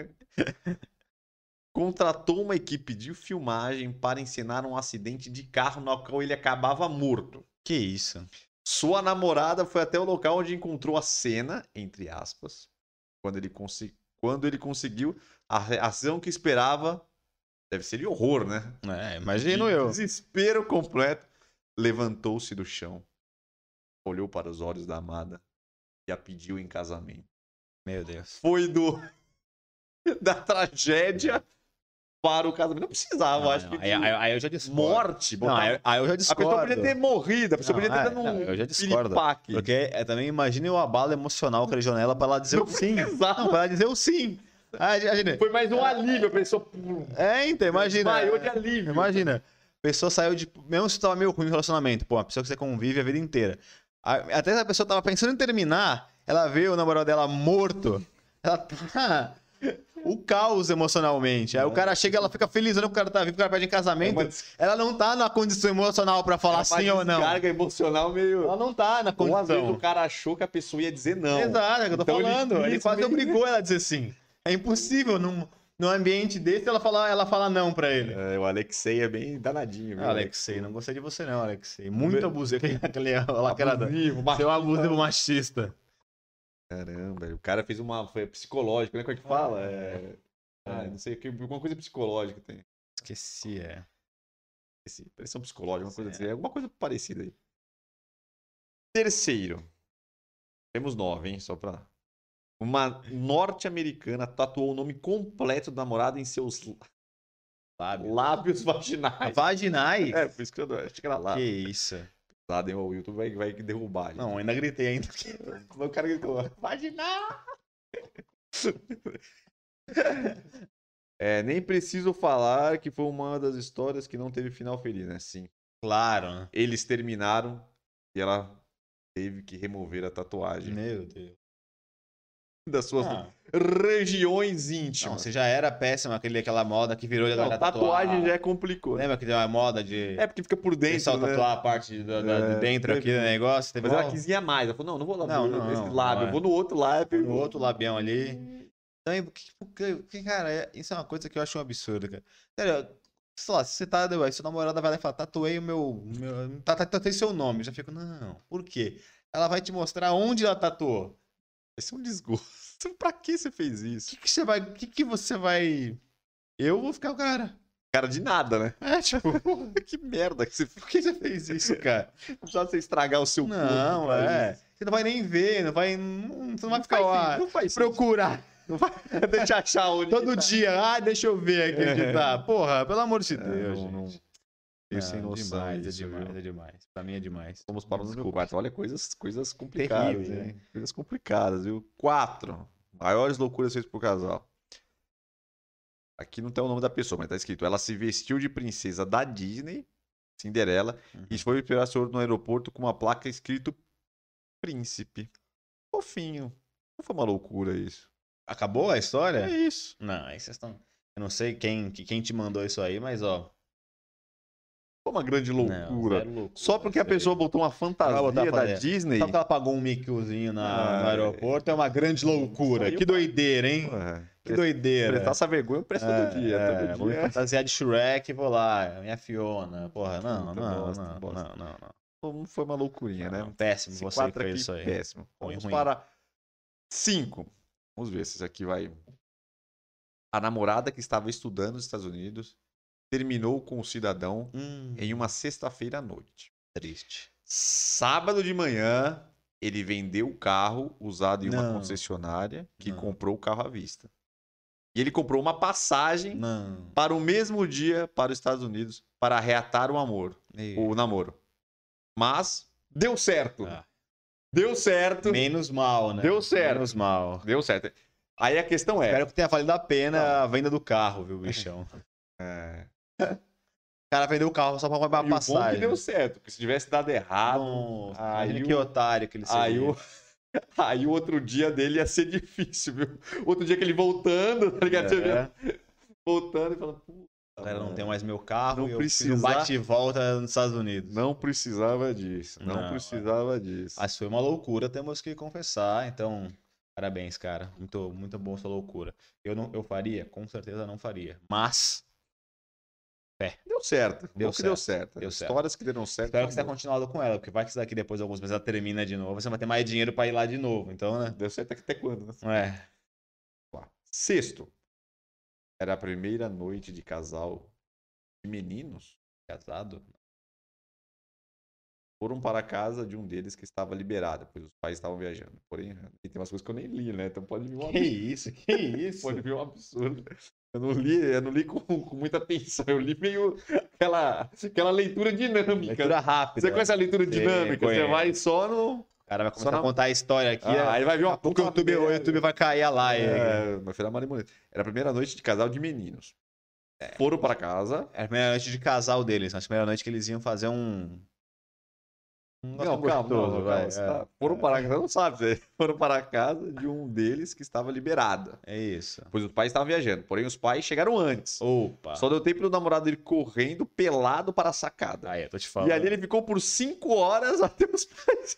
Contratou uma equipe de filmagem para encenar um acidente de carro no qual ele acabava morto. Que isso. Sua namorada foi até o local onde encontrou a cena, entre aspas, quando ele, consi- quando ele conseguiu a reação que esperava. Deve ser de horror, né? É, imagino De eu. Desespero completo. Levantou-se do chão, olhou para os olhos da amada e a pediu em casamento. Meu Deus. Foi do da tragédia para o casamento. Não precisava, Não, acho não, que aí, de aí- aí eu já discordo. morte. Não, botar- aí, aí eu já A pessoa discordo. podia ter morrido, a pessoa Não, podia ter é, dado um não, eu já discordo. piripaque. Porque é, também imagine o abalo emocional que a Legionela pra ela dizer Não o sim. precisava. Não, pra ela dizer o sim. Ah, imagina. Foi mais um alívio, a pessoa É, então, imagina. desmaiou de alívio. Imagina. A pessoa saiu de. Mesmo se tava meio ruim o relacionamento, pô, uma pessoa que você convive a vida inteira. A- Até se a pessoa tava pensando em terminar, ela vê o namorado dela morto. Ela tá. O caos emocionalmente. Aí o cara chega, ela fica feliz, olha que o cara tá vivo, o cara pede em casamento. É uma des- Ela não tá na condição emocional pra falar uma sim ou não. descarga emocional meio... Ela não tá na Ou às vezes condição. o cara achou que a pessoa ia dizer não. Exato, é o que eu tô Então ele falando. Ele, quis quase meio- obrigou ela a dizer sim. É impossível num, num ambiente desse ela falar, ela falar não pra ele. É, o Alexei é bem danadinho, viu? Ah, Alexei, não gostei de você não, Alexei. Muito Me- abusivo. Aquele lacrada. Abusivo, Você é um abusivo machista. Caramba, o cara fez uma. Foi psicológico, né? Como é que fala? É. Ah, não sei, que- alguma coisa psicológica tem. Esqueci, é. Esse, pressão psicológica, uma coisa É. assim. Alguma coisa parecida aí. Terceiro. Temos nove, hein? Só pra. Uma norte-americana tatuou o nome completo do namorado em seus Lábio. lábios vaginais. Vaginais? É, por isso que eu achei que era lá. Que isso. Lá deu o YouTube vai, vai derrubar. gente. Não, ainda gritei ainda. O cara gritou. Vaginal! É, nem preciso falar que foi uma das histórias que não teve final feliz, né? Sim. Claro, né? Eles terminaram e ela teve que remover a tatuagem Meu Deus. das suas Ah, regiões não, íntimas. você já era péssimo, aquele, aquela moda que virou de Não, agora tatuagem tatuar. já é complicou. Né? Lembra que tem uma moda de É porque fica por o dentro, pessoal né? tatuar a parte da, da- de É, dentro aqui do negócio? Teve Mas ela uma- quis ir a mais. Ela falou, não, não vou lá Não, no- não, nesse não, lábio, não eu é. vou no outro lábio. no outro labião ali. Então, é porque, porque- porque, cara, é- isso é uma coisa que eu acho um absurdo, cara. Sério, sei lá, se você tá, aí sua namorada vai lá e fala, tatuei o meu, meu tá- tá- tatuei seu nome. Eu já fico, não, por quê? Ela vai te mostrar onde ela tatuou. Isso é um desgosto. Pra que você fez O isso? que, que você vai, o que, que você vai... Eu vou ficar o cara. Cara de nada, né? É, tipo, que merda que você fez. por que você fez isso, cara? Não precisava você estragar o seu corpo. Não, pra é. isso. Você não vai nem ver, não vai, não, você não vai Não ficar faz lá, sentido, não faz procurar. Não vai deixa eu achar onde. Todo que tá. dia, ah, deixa eu ver aqui onde É. tá. Porra, pelo amor de É, Deus, não, não. gente. Isso sem Não, noção. demais, isso, é demais, viu? é demais. Pra mim é demais. Vamos para o número Desculpa. quatro. Olha, coisas, coisas complicadas, Terrível, hein? Coisas complicadas, viu? quatro. Maiores loucuras feitas por casal. Aqui não tem o nome da pessoa, mas tá escrito. Ela se vestiu de princesa da Disney, Cinderela, Uhum. e foi esperar seu no aeroporto com uma placa escrito Príncipe. Fofinho. Não foi uma loucura isso. Acabou a história? É isso. Não, aí vocês estão. Eu não sei quem, que- quem te mandou isso aí, mas ó. foi uma grande loucura. Não, zero loucura. Só porque a Isso aí. pessoa botou uma fantasia Ela botou a da fantasia. Disney. Só porque ela pagou um microzinho na, Ah, no aeroporto é uma grande loucura. saiu Que pra- doideira, hein? Ué, Que doideira. prestar essa vergonha eu presto todo dia. É, todo vou me dia. fantasiar de Shrek e vou lá. Minha Fiona. Porra, não, Puta não, bosta, não, bosta. não, não, não. Então, foi uma loucurinha, Não, né? péssimo Esse você quatro que fez aqui, isso aí. péssimo. Ruim, Vamos ruim. para cinco. Vamos ver se esse aqui vai... A namorada que estava estudando nos Estados Unidos terminou com o cidadão Hum, em uma sexta-feira à noite. triste. Sábado de manhã, ele vendeu o carro usado em uma Não. concessionária que Não. comprou o carro à vista. E ele comprou uma passagem Não. para o mesmo dia para os Estados Unidos para reatar o amor, Ei. o namoro. Mas deu certo. Ah. Deu certo. Menos mal, né? Deu certo. Menos mal. Deu certo. Aí a questão é... Espero que tenha valido a pena a venda do carro, viu, bichão? é... O cara vendeu o carro só pra comprar E uma o bom passagem. que deu certo, porque se tivesse dado errado, Nossa, aí imagina o- que otário que ele seria. aí o... aí o outro dia dele ia ser difícil, viu? Outro dia que ele voltando, tá ligado? É. Voltando e falando, puta, O cara não mano, tem mais meu carro Não e eu precisa- fiz um bate e volta nos Estados Unidos. não precisava disso, não, Não, precisava disso. Mas foi uma loucura, temos que confessar. Então, parabéns, cara. Muito, muito boa sua loucura. Eu, não, eu faria? Com certeza não faria. Mas, Deu certo, Deu bom que deu certo. Deu certo. Histórias que deram certo. espero que você tenha acabou. continuado com ela, porque vai que isso daqui depois de alguns meses ela termina de novo. Você vai ter mais dinheiro pra ir lá de novo. Então, né? Deu certo até quando, né? É. Sexto. Era a primeira noite de casal de meninos Casado? foram para a casa de um deles que estava liberado, pois os pais estavam viajando. Porém, tem umas coisas que eu nem li, né? Então pode vir um Que absurdo. isso? Que isso? Pode vir um absurdo. Eu não li, eu não li com, com muita atenção. Eu li meio aquela, aquela leitura dinâmica. Leitura rápida. Você conhece a leitura Sim, dinâmica? Você conheço. vai só no. O cara vai Só começar na- a contar a história aqui. Ah, aí vai vir uma Daqui a pouco o puta YouTube, o merda. YouTube vai cair a live. É, meu filho é marimboneiro. Era a primeira noite de casal de meninos. Foram para casa. Era a primeira noite de casal deles. Acho que a primeira noite que eles iam fazer um. Um Não, negócio calma, gostoso, não, vai. calma, você tá- Foram para a casa, não sabe, você- foram para a casa de um deles que estava liberado. É, é isso. Pois os pais estavam viajando, porém os pais chegaram antes. Opa. Só deu tempo do namorado dele correndo pelado para a sacada. Aí, eu tô te falando. E ali ele ficou por cinco horas até os pais.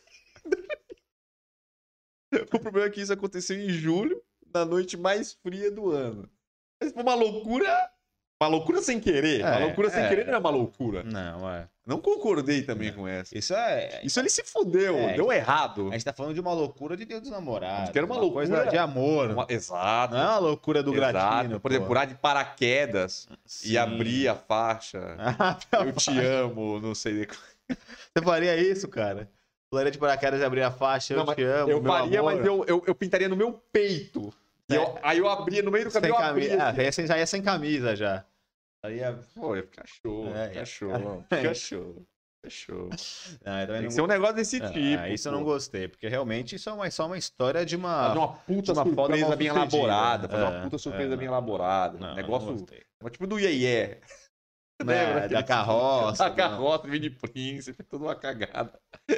O problema é que isso aconteceu em julho, na noite mais fria do ano. Mas foi uma loucura. Uma loucura sem querer. É, uma loucura sem é. querer não é uma loucura. Não, é. Não concordei também com essa. Isso é. Isso ele se fudeu, É, deu errado. A gente tá falando de uma loucura de Dia dos Namorados. Que era uma coisa loucura- de amor. Uma- Exato. Não é uma loucura do exato. gratino. Por exemplo, pô. pular de paraquedas Sim. e abrir a faixa. Ah, Eu te amo, não sei. Você faria isso, cara? Pularia de paraquedas e abrir a faixa, eu Não, mas te amo. Eu meu faria, amor. mas eu, eu, eu pintaria no meu peito. E É. eu- aí eu abria no meio do Sem cabelo, eu camisa. abria. Ah, assim. já ia sem- já ia sem camisa já. Aí ia... Pô, ia ficar show, É, fica ia show, ficar- fica show. Fica show. Não, eu também Tem não que ser um negócio desse Ah, tipo. isso eu pô. não gostei, porque realmente isso é uma, só uma história de uma. Fazer uma puta uma foda surpresa mal bem sucedida. elaborada. Fazer uma É, puta surpresa é, bem não. elaborada. Não, negócio. não gostei. Tipo do Iê Né, Lembra? da carroça. A carroça, Mini Príncipe, toda uma cagada.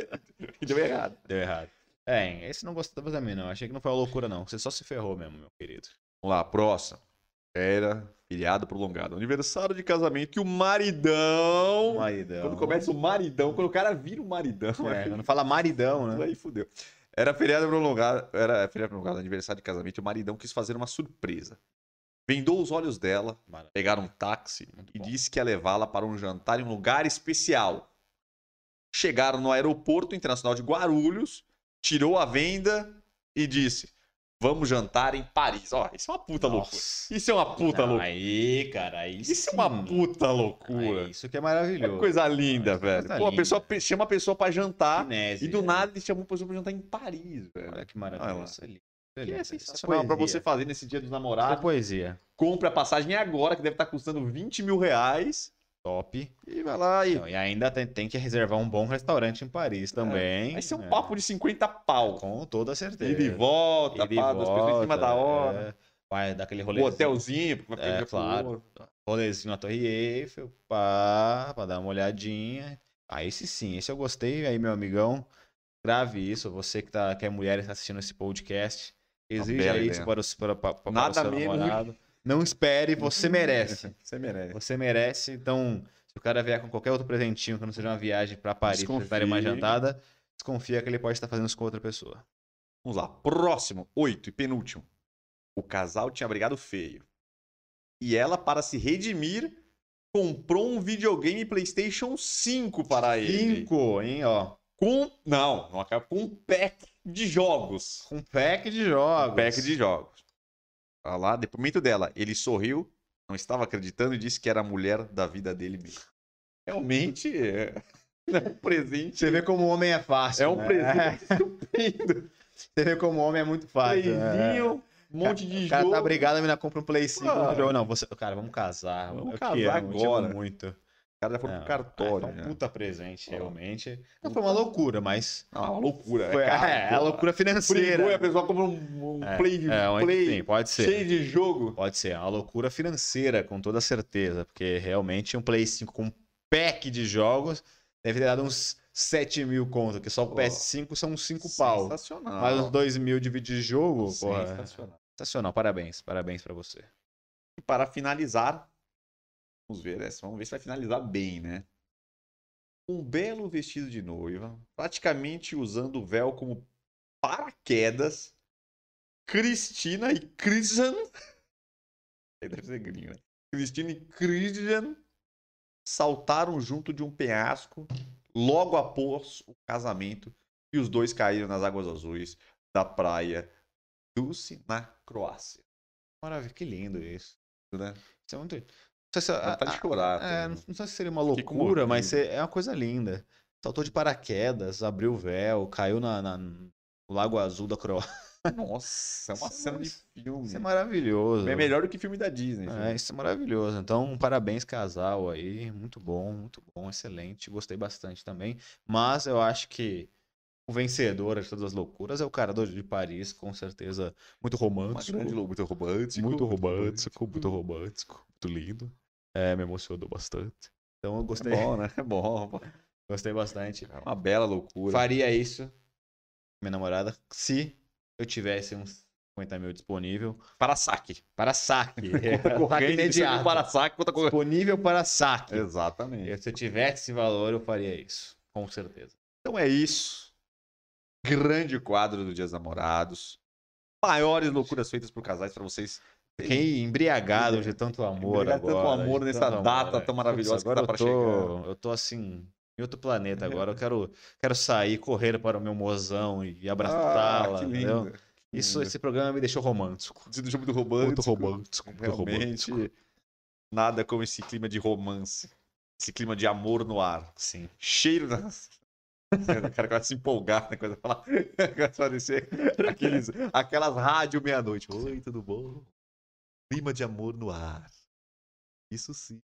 E deu errado. Deu errado. É, esse não gostou também, não. Achei que não foi uma loucura, não. Você só se ferrou mesmo, meu querido. Vamos lá, próximo. Era feriado prolongado. Aniversário de casamento que o maridão. Maridão. Quando começa o maridão, quando o cara vira o maridão. É, quando fala maridão, né? Aí fudeu. Era feriado prolongado, era feriado prolongado, aniversário de casamento, e o maridão quis fazer uma surpresa. Vendou os olhos dela, Maravilha. pegaram um táxi Muito e bom. disse que ia levá-la para um jantar em um lugar especial. Chegaram no aeroporto internacional de Guarulhos, tirou a venda e disse: "Vamos jantar em Paris". Ó, isso é uma puta loucura. Nossa. Isso é uma puta Não, loucura. Aí, cara, aí Isso é sim. uma puta loucura. Aí, isso que é É maravilhoso. coisa linda, Isso é velho. coisa Pô, a linda. pessoa pe- chama a pessoa pra jantar Finese, e do né? nada ele chamou a pessoa pra jantar em Paris, velho. Olha que Olha lá. maravilha. Isso é lindo. Isso é Que lindo. é Isso é sensacional pra poesia. você fazer nesse dia dos Isso é namorados. poesia. Compre a passagem agora, que deve estar custando vinte mil reais. Top. E vai lá e. Não, e ainda tem, tem que reservar um bom restaurante em Paris também. Vai ser um É, papo de cinquenta pau. Com toda certeza. Ida e volta, Ida e pá, duas pessoas em cima volta, da hora. é. Vai dar aquele O rolezinho. hotelzinho, porque vai É, pegar pro claro. outro. Rolezinho na Torre Eiffel, pá, pra dar uma olhadinha. Ah, esse sim, esse eu gostei. Aí, meu amigão, grave isso. Você que, tá, que é mulher e está assistindo esse podcast, exija bela isso ideia. para, os, para, para, para Nada o seu menos. namorado. Não espere, você merece. Você merece. Você merece. Então, Se o cara vier com qualquer outro presentinho que não seja uma viagem pra Paris, pra vocês darem uma Desconfie. jantada, desconfia que ele pode estar fazendo isso com outra pessoa. Vamos lá. Próximo, oito e penúltimo. O casal tinha brigado feio. E ela, para se redimir, comprou um videogame PlayStation cinco para ele. Cinco, hein, ó. Com. Não, não acaba com um pack de jogos. Com pack de jogos. Um pack de jogos. Olha lá, depoimento dela. Ele sorriu, não estava acreditando e disse que era a mulher da vida dele mesmo. Realmente é, é um presente. Você vê como o homem é fácil. É um né? presente estupendo. Você vê como o homem é muito fácil. né? Playzinho, um monte de O cara jogo. tá brigado, a menina compra um Play cinco. Ah. Jogo. Não, você... Cara, vamos casar. Vamos eu casar te amo, eu te amo agora. muito. O cara já foi Não, pro cartório. é, foi um já. puta presente, Ó. realmente. Não foi uma loucura, mas... Não, é uma loucura. Foi, é, caro, é, é pô. a loucura financeira. Brigou e a pessoa comprou um, um É, play de é, um- play sim, pode ser. cheio de jogo. Pode ser, é uma loucura financeira, com toda certeza. Porque realmente um Play cinco com um pack de jogos deve ter dado uns sete mil conto, que só o Pô. P S cinco são uns cinco pau. Sensacional. Mais uns dois mil de vídeo de jogo, porra. Sensacional. Sensacional, parabéns, parabéns pra você. E para finalizar, vamos ver, né? Vamos ver se vai finalizar bem, né? Um belo vestido de noiva, praticamente usando o véu como paraquedas, Cristina e Christian. Aí deve ser gringo, né? Cristina e Christian saltaram junto de um penhasco logo após o casamento e os dois caíram nas águas azuis da praia Dulce, na Croácia. Maravilha, que lindo isso. Né? Isso é muito. Não sei se, Dá vontade de chorar, é, tá não ligado? sei se seria uma Fiquei loucura, mas comovido. é uma coisa linda. Saltou de paraquedas, abriu o véu, caiu na, na- no Lago Azul da Croácia. Nossa, é uma Isso é- cena de filme. Isso é maravilhoso. É melhor do que filme da Disney. É, filho. isso é maravilhoso. Então, parabéns, casal aí. Muito bom, muito bom, excelente. Gostei bastante também. Mas eu acho que o vencedor de todas as loucuras é o cara do- de Paris, com certeza. Muito Uma romântico. grande loucura, muito romântico. Muito romântico, muito romântico, muito lindo. É, me emocionou bastante. Então eu É gostei, bom, né? É bom. pô. gostei bastante. É uma bela loucura. Faria isso, minha namorada, se eu tivesse uns cinquenta mil disponível Para saque. para saque. Conta saque corrente, imediato. para saque, conta corrente. Disponível para saque. Exatamente. Se eu tivesse esse valor, eu faria isso. Com certeza. Então é isso. Grande quadro do Dia dos Namorados. Maiores loucuras feitas por casais para vocês. Fiquei embriagado de tanto amor Embriagado de tanto agora. amor de nessa tanto data amor. tão maravilhosa Putz, que agora tá eu pra tô, chegando. eu tô assim, em outro planeta agora. Eu quero, quero sair, correr para o meu mozão e abraçá-la. Ah, que entendeu? lindo. Isso, esse programa me deixou romântico. Você deixou muito romântico. Muito romântico, muito Realmente, romântico. nada como esse clima de romance. Esse clima de amor no ar. Sim. Cheiro das... O cara começa a se empolgar, né? Começa a falar. Começa a aparecer aqueles, aquelas rádio meia-noite. Oi, tudo bom? Clima de amor no ar. Isso sim.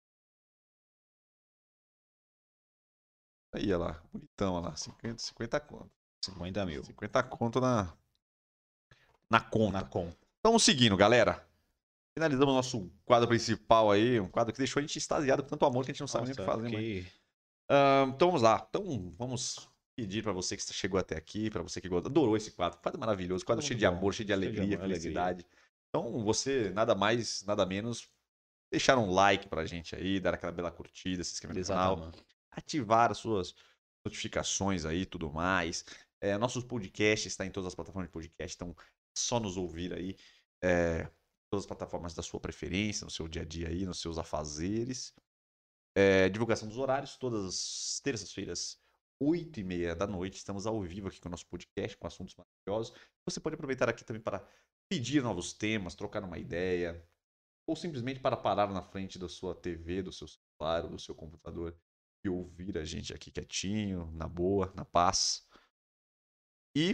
Aí, olha lá. Bonitão, olha lá. cinquenta, cinquenta conto. cinquenta mil. cinquenta conto na, na conta. Na conta. Estamos seguindo, galera. Finalizamos nosso quadro principal aí. Um quadro que deixou a gente extasiado com tanto amor que a gente não sabe nem o que Nossa, fazer. fiquei- Mas... Ah, então vamos lá. Então vamos pedir pra você que chegou até aqui, pra você que adorou esse quadro. Quadro maravilhoso, quadro Muito cheio de bom. amor, cheio de Cheio de alegria, amor, alegria. felicidade. Então você, nada mais, nada menos, deixar um like pra gente aí, dar aquela bela curtida, se inscrever no canal, Exatamente. ativar as suas notificações aí, tudo mais. É, nossos podcasts está em todas as plataformas de podcast, então é só nos ouvir aí. É, todas as plataformas da sua preferência, no seu dia a dia aí, nos seus afazeres. É, divulgação dos horários, todas as terças-feiras, oito e meia da noite, estamos ao vivo aqui com o nosso podcast, com assuntos maravilhosos. Você pode aproveitar aqui também para pedir novos temas, trocar uma ideia, ou simplesmente para parar na frente da sua T V, do seu celular, ou do seu computador e ouvir a gente aqui quietinho, na boa, na paz. E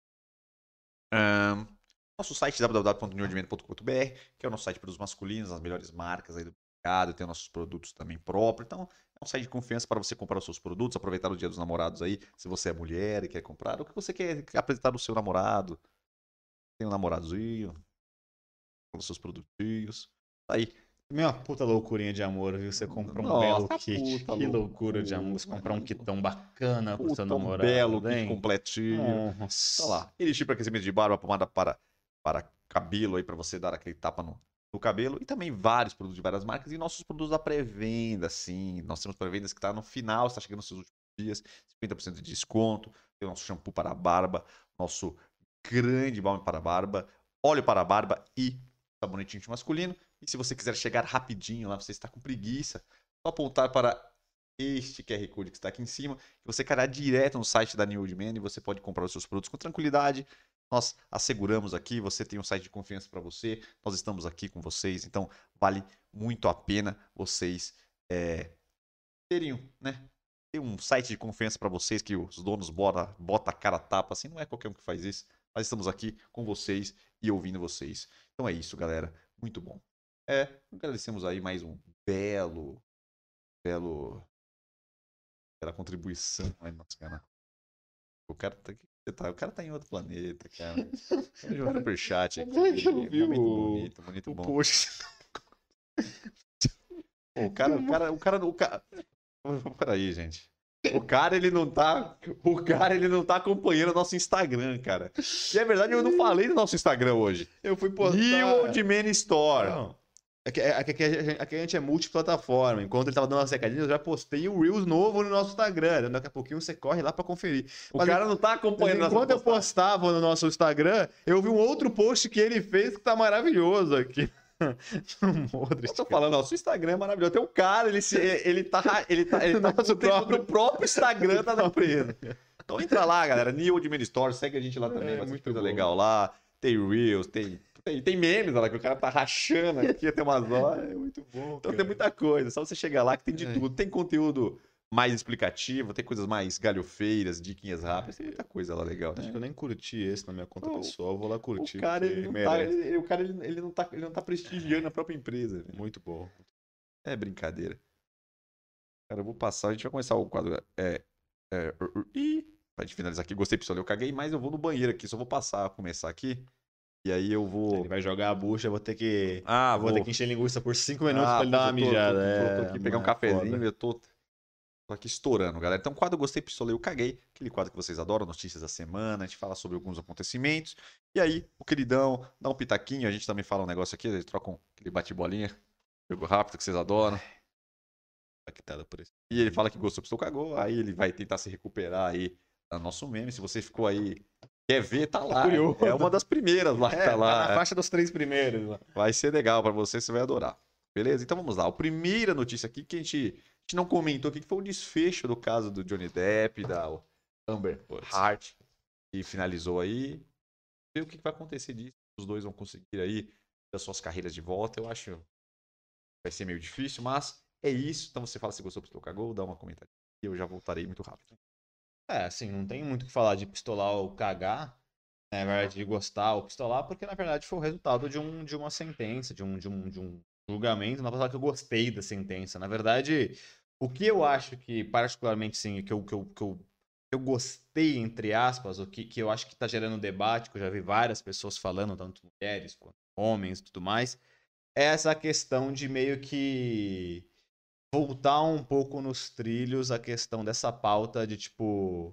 ahn, nosso site w w w ponto new admin ponto com ponto b r, que é o nosso site para os masculinos, as melhores marcas aí do mercado, tem nossos produtos também próprios. Então, é um site de confiança para você comprar os seus produtos, aproveitar o Dia dos Namorados aí, se você é mulher e quer comprar, ou que você quer apresentar o seu namorado. Tem um namoradinho, com os seus produtinhos. Aí, Minha puta loucurinha de amor, viu? Você comprar um Nossa, belo kit. puta Que loucura de amor. Você loucura. comprar um kitão bacana pro seu puta, um namorado. belo kit hein? completinho. Nossa. Tá lá. Elixir para aquecimento de barba, pomada para, para cabelo aí, para você dar aquele tapa no, no cabelo e também vários produtos de várias marcas e nossos produtos da pré-venda, sim. Nós temos pré-vendas que está no final, está chegando nos seus últimos dias, cinquenta por cento de desconto. Tem o nosso shampoo para a barba, nosso grande balme para a barba, óleo para a barba e sabonete íntimo masculino. E se você quiser chegar rapidinho lá, você está com preguiça, só apontar para este Q R Code que está aqui em cima, que você cairá direto no site da New Old Man e você pode comprar os seus produtos com tranquilidade. Nós asseguramos aqui, você tem um site de confiança para você, nós estamos aqui com vocês, então vale muito a pena vocês é, terem, né, ter um site de confiança para vocês, que os donos bota, bota a cara a tapa, assim, não é qualquer um que faz isso, mas estamos aqui com vocês e ouvindo vocês. Então é isso, galera, muito bom. É, agradecemos aí mais um belo, belo, bela contribuição aí no nosso canal. O cara tá aqui. Tá, o cara tá em outro planeta, cara. Hoje um superchat aqui. Eu vi Muito o, bonito, bonito, o bom. post. Pô, o cara, o cara, o cara, o cara. Peraí, gente. O cara, ele não tá. O cara, ele não tá acompanhando o nosso Instagram, cara. E é verdade, eu não falei do nosso Instagram hoje. Eu fui postar. New Old Man Store. Não. Aqui, aqui, aqui, aqui a gente é multiplataforma. Enquanto ele tava dando uma secadinha, eu já postei o Reels novo no nosso Instagram. Daqui a pouquinho você corre lá pra conferir. O Mas cara não tá acompanhando Mas enquanto eu postava no nosso Instagram, eu vi um outro post que ele fez que tá maravilhoso aqui. Eu tô falando, ó, o seu Instagram é maravilhoso. Tem um cara, ele, se, ele tá, ele tá, ele tá Nosso com o próprio... próprio Instagram tá na empresa. Então entra lá, galera, New Old Man Store, segue a gente lá também, É, vai ser muito coisa bom. legal lá. Tem Reels, tem, tem, tem memes lá, que o cara tá rachando aqui até umas horas. É muito bom. Então cara. tem muita coisa, só você chegar lá que tem de É. tudo. Tem conteúdo mais explicativo, tem coisas mais galhofeiras, diquinhas rápidas, tem muita coisa lá legal, Acho né? que eu nem curti esse na minha conta Oh, pessoal, eu vou lá curtir. O cara, ele porque não, tá, merece. ele, o cara ele, ele não tá, ele não tá prestigiando a própria empresa. Velho. Muito bom. É brincadeira. Cara, eu vou passar, a gente vai começar o quadro. É. é e pra gente finalizar aqui, gostei, pessoal. Eu caguei, mas eu vou no banheiro aqui, só vou passar, começar aqui. E aí eu vou. Ele vai jogar a bucha, eu vou ter que. Ah, eu vou, ter que encher linguiça por cinco minutos Ah, pra ele dar uma pô, eu tô- mijada. tô- tô- é, tô aqui pegar um mano, é cafezinho, foda. eu tô, tô aqui estourando, galera. Então, quadro Gostei, Pistolei, eu caguei. Aquele quadro que vocês adoram, notícias da semana. A gente fala sobre alguns acontecimentos. E aí, o queridão dá um pitaquinho. A gente também fala um negócio aqui, eles trocam aquele bate-bolinha. Jogo rápido que vocês adoram. Impactada por isso. E ele fala que gostou, pistou, cagou. Aí ele vai tentar se recuperar aí no nosso meme. Se você ficou aí, quer ver, tá lá. curioso. É uma das primeiras lá que É, tá lá. na faixa dos três primeiros. Lá. Vai ser legal pra você, você vai adorar. Beleza? Então vamos lá. A primeira notícia aqui que a gente, a gente não comentou aqui, que foi o desfecho do caso do Johnny Depp, da Amber Heard, que finalizou aí. Ver o que vai acontecer disso. Os dois vão conseguir aí as suas carreiras de volta. Eu acho que vai ser meio difícil, mas é isso. Então você fala se gostou, pistou, cagou, dá uma comentário. E eu já voltarei muito rápido. É, assim, não tem muito o que falar de pistolar ou cagar. Na verdade, de gostar ou pistolar, porque na verdade foi o resultado de, um, de uma sentença, de um, de, um, de um julgamento. Não vou falar que eu gostei da sentença. Na verdade, o que eu acho que, particularmente, sim, que eu, que eu, que eu, eu gostei, entre aspas, o que, que eu acho que tá gerando debate, que eu já vi várias pessoas falando, tanto mulheres quanto homens e tudo mais, é essa questão de meio que voltar um pouco nos trilhos a questão dessa pauta de tipo.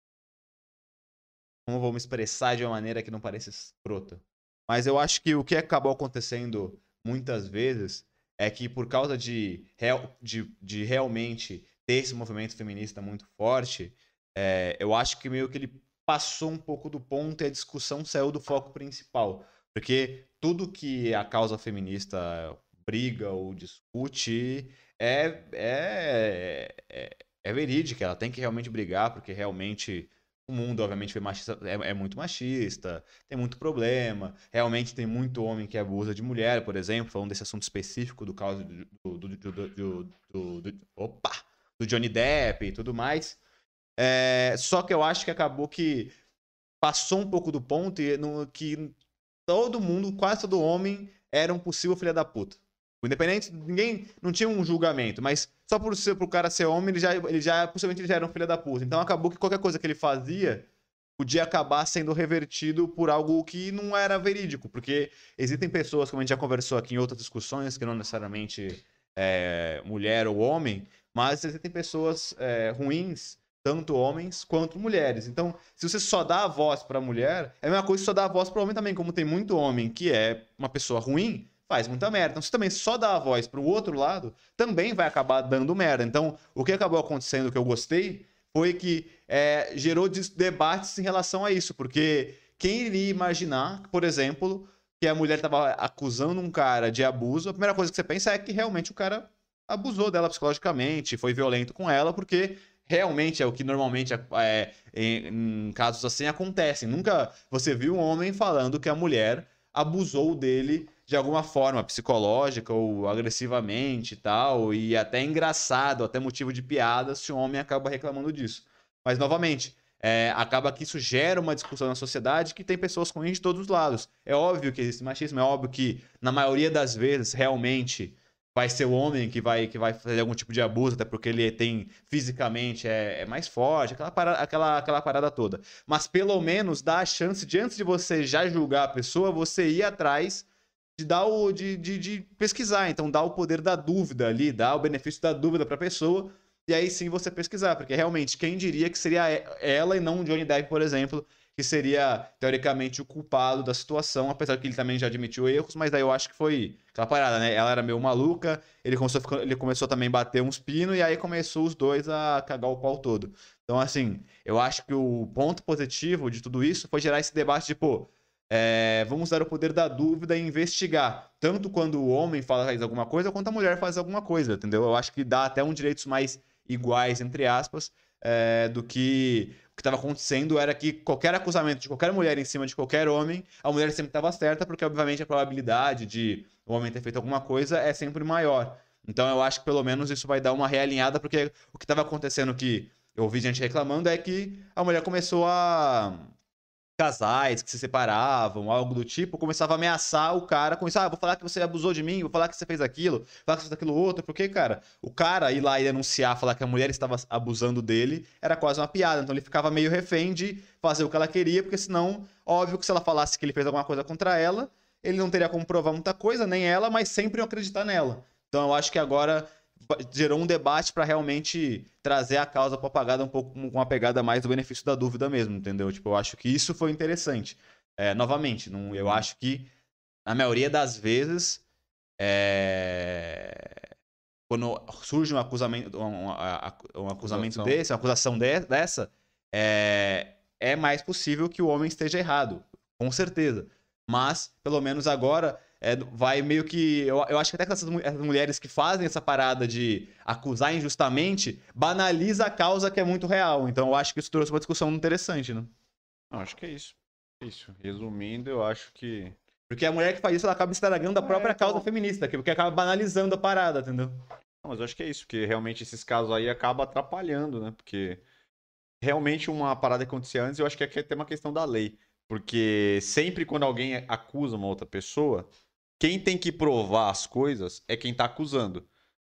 Como eu vou me expressar de uma maneira que não pareça escrota. Mas eu acho que o que acabou acontecendo muitas vezes é que por causa de, real, de, de realmente ter esse movimento feminista muito forte, é, eu acho que meio que ele passou um pouco do ponto e a discussão saiu do foco principal. Porque tudo que a causa feminista briga ou discute é, é, é, é verídica. Ela tem que realmente brigar, porque realmente o mundo, obviamente, foi machista, é, é muito machista, tem muito problema. Realmente tem muito homem que abusa de mulher, por exemplo, falando desse assunto específico do caso do, do, do, do, do, do, opa, do Johnny Depp e tudo mais. É, só que eu acho que acabou que passou um pouco do ponto e no, que todo mundo, quase todo homem, era um possível filho da puta. Independente, ninguém, não tinha um julgamento, mas só por ser pro cara ser homem, ele já, ele já, possivelmente ele já era um filho da puta. Então acabou que qualquer coisa que ele fazia podia acabar sendo revertido por algo que não era verídico, porque existem pessoas, como a gente já conversou aqui em outras discussões, que não necessariamente é mulher ou homem, mas existem pessoas é, ruins, tanto homens quanto mulheres. Então, se você só dá a voz pra mulher, é a mesma coisa que só dá a voz pro homem também, como tem muito homem que é uma pessoa ruim, faz muita merda. Então, se também só dá a voz pro outro lado, também vai acabar dando merda. Então, o que acabou acontecendo, que eu gostei, foi que é, gerou debates em relação a isso, porque quem iria imaginar, por exemplo, que a mulher estava acusando um cara de abuso, a primeira coisa que você pensa é que realmente o cara abusou dela psicologicamente, foi violento com ela, porque realmente é o que normalmente é, em, em casos assim acontecem. Nunca você viu um homem falando que a mulher abusou dele de alguma forma, psicológica ou agressivamente e tal, e até engraçado, até motivo de piada se o homem acaba reclamando disso. Mas, novamente, é, acaba que isso gera uma discussão na sociedade que tem pessoas ruins de todos os lados. É óbvio que existe machismo, é óbvio que, na maioria das vezes, realmente vai ser o homem que vai, que vai fazer algum tipo de abuso, até porque ele tem, fisicamente, é, é mais forte, aquela parada, aquela, aquela parada toda. Mas, pelo menos, dá a chance de, antes de você já julgar a pessoa, você ir atrás de dar o de, de, de pesquisar, então dá o poder da dúvida ali, dá o benefício da dúvida para a pessoa, e aí sim você pesquisar, porque realmente quem diria que seria ela e não o Johnny Depp, por exemplo, que seria teoricamente o culpado da situação, apesar que ele também já admitiu erros, mas daí eu acho que foi aquela parada, né? Ela era meio maluca, ele começou, a, ele começou também a bater uns pinos e aí começou os dois a cagar o pau todo. Então, assim, eu acho que o ponto positivo de tudo isso foi gerar esse debate de, pô, É, vamos dar o poder da dúvida e investigar. Tanto quando o homem faz alguma coisa, quanto a mulher faz alguma coisa, entendeu? Eu acho que dá até um direitos mais iguais, entre aspas, é, do que o que estava acontecendo era que qualquer acusamento de qualquer mulher em cima de qualquer homem, a mulher sempre estava certa, porque obviamente a probabilidade de o homem ter feito alguma coisa é sempre maior. Então eu acho que pelo menos isso vai dar uma realinhada, porque o que estava acontecendo que eu ouvi gente reclamando é que a mulher começou a casais que se separavam, algo do tipo, começava a ameaçar o cara com isso. Ah, vou falar que você abusou de mim, vou falar que você fez aquilo, vou falar que você fez aquilo outro. Porque, cara, o cara ir lá e denunciar, falar que a mulher estava abusando dele, era quase uma piada. Então ele ficava meio refém de fazer o que ela queria, porque senão, óbvio que se ela falasse que ele fez alguma coisa contra ela, ele não teria como provar muita coisa, nem ela, mas sempre iam acreditar nela. Então eu acho que agora gerou um debate para realmente trazer a causa propagada um pouco com uma pegada mais do benefício da dúvida mesmo, entendeu? Tipo, eu acho que isso foi interessante. É, novamente, não, eu acho que na maioria das vezes, é, quando surge um acusamento, um, um acusamento desse, uma acusação de, dessa, é, é mais possível que o homem esteja errado, com certeza. Mas, pelo menos agora, é, vai meio que... Eu, eu acho que até que essas, essas mulheres que fazem essa parada de acusar injustamente, banaliza a causa que é muito real. Então eu acho que isso trouxe uma discussão interessante, né? Não, acho que é isso. Isso. Resumindo, eu acho que... Porque a mulher que faz isso, ela acaba estragando a própria é, então... causa feminista, porque acaba banalizando a parada, entendeu? Não, mas eu acho que é isso, porque realmente esses casos aí acabam atrapalhando, né? Porque realmente uma parada que acontecia antes, eu acho que aqui é até uma questão da lei. Porque sempre quando alguém acusa uma outra pessoa, quem tem que provar as coisas é quem tá acusando.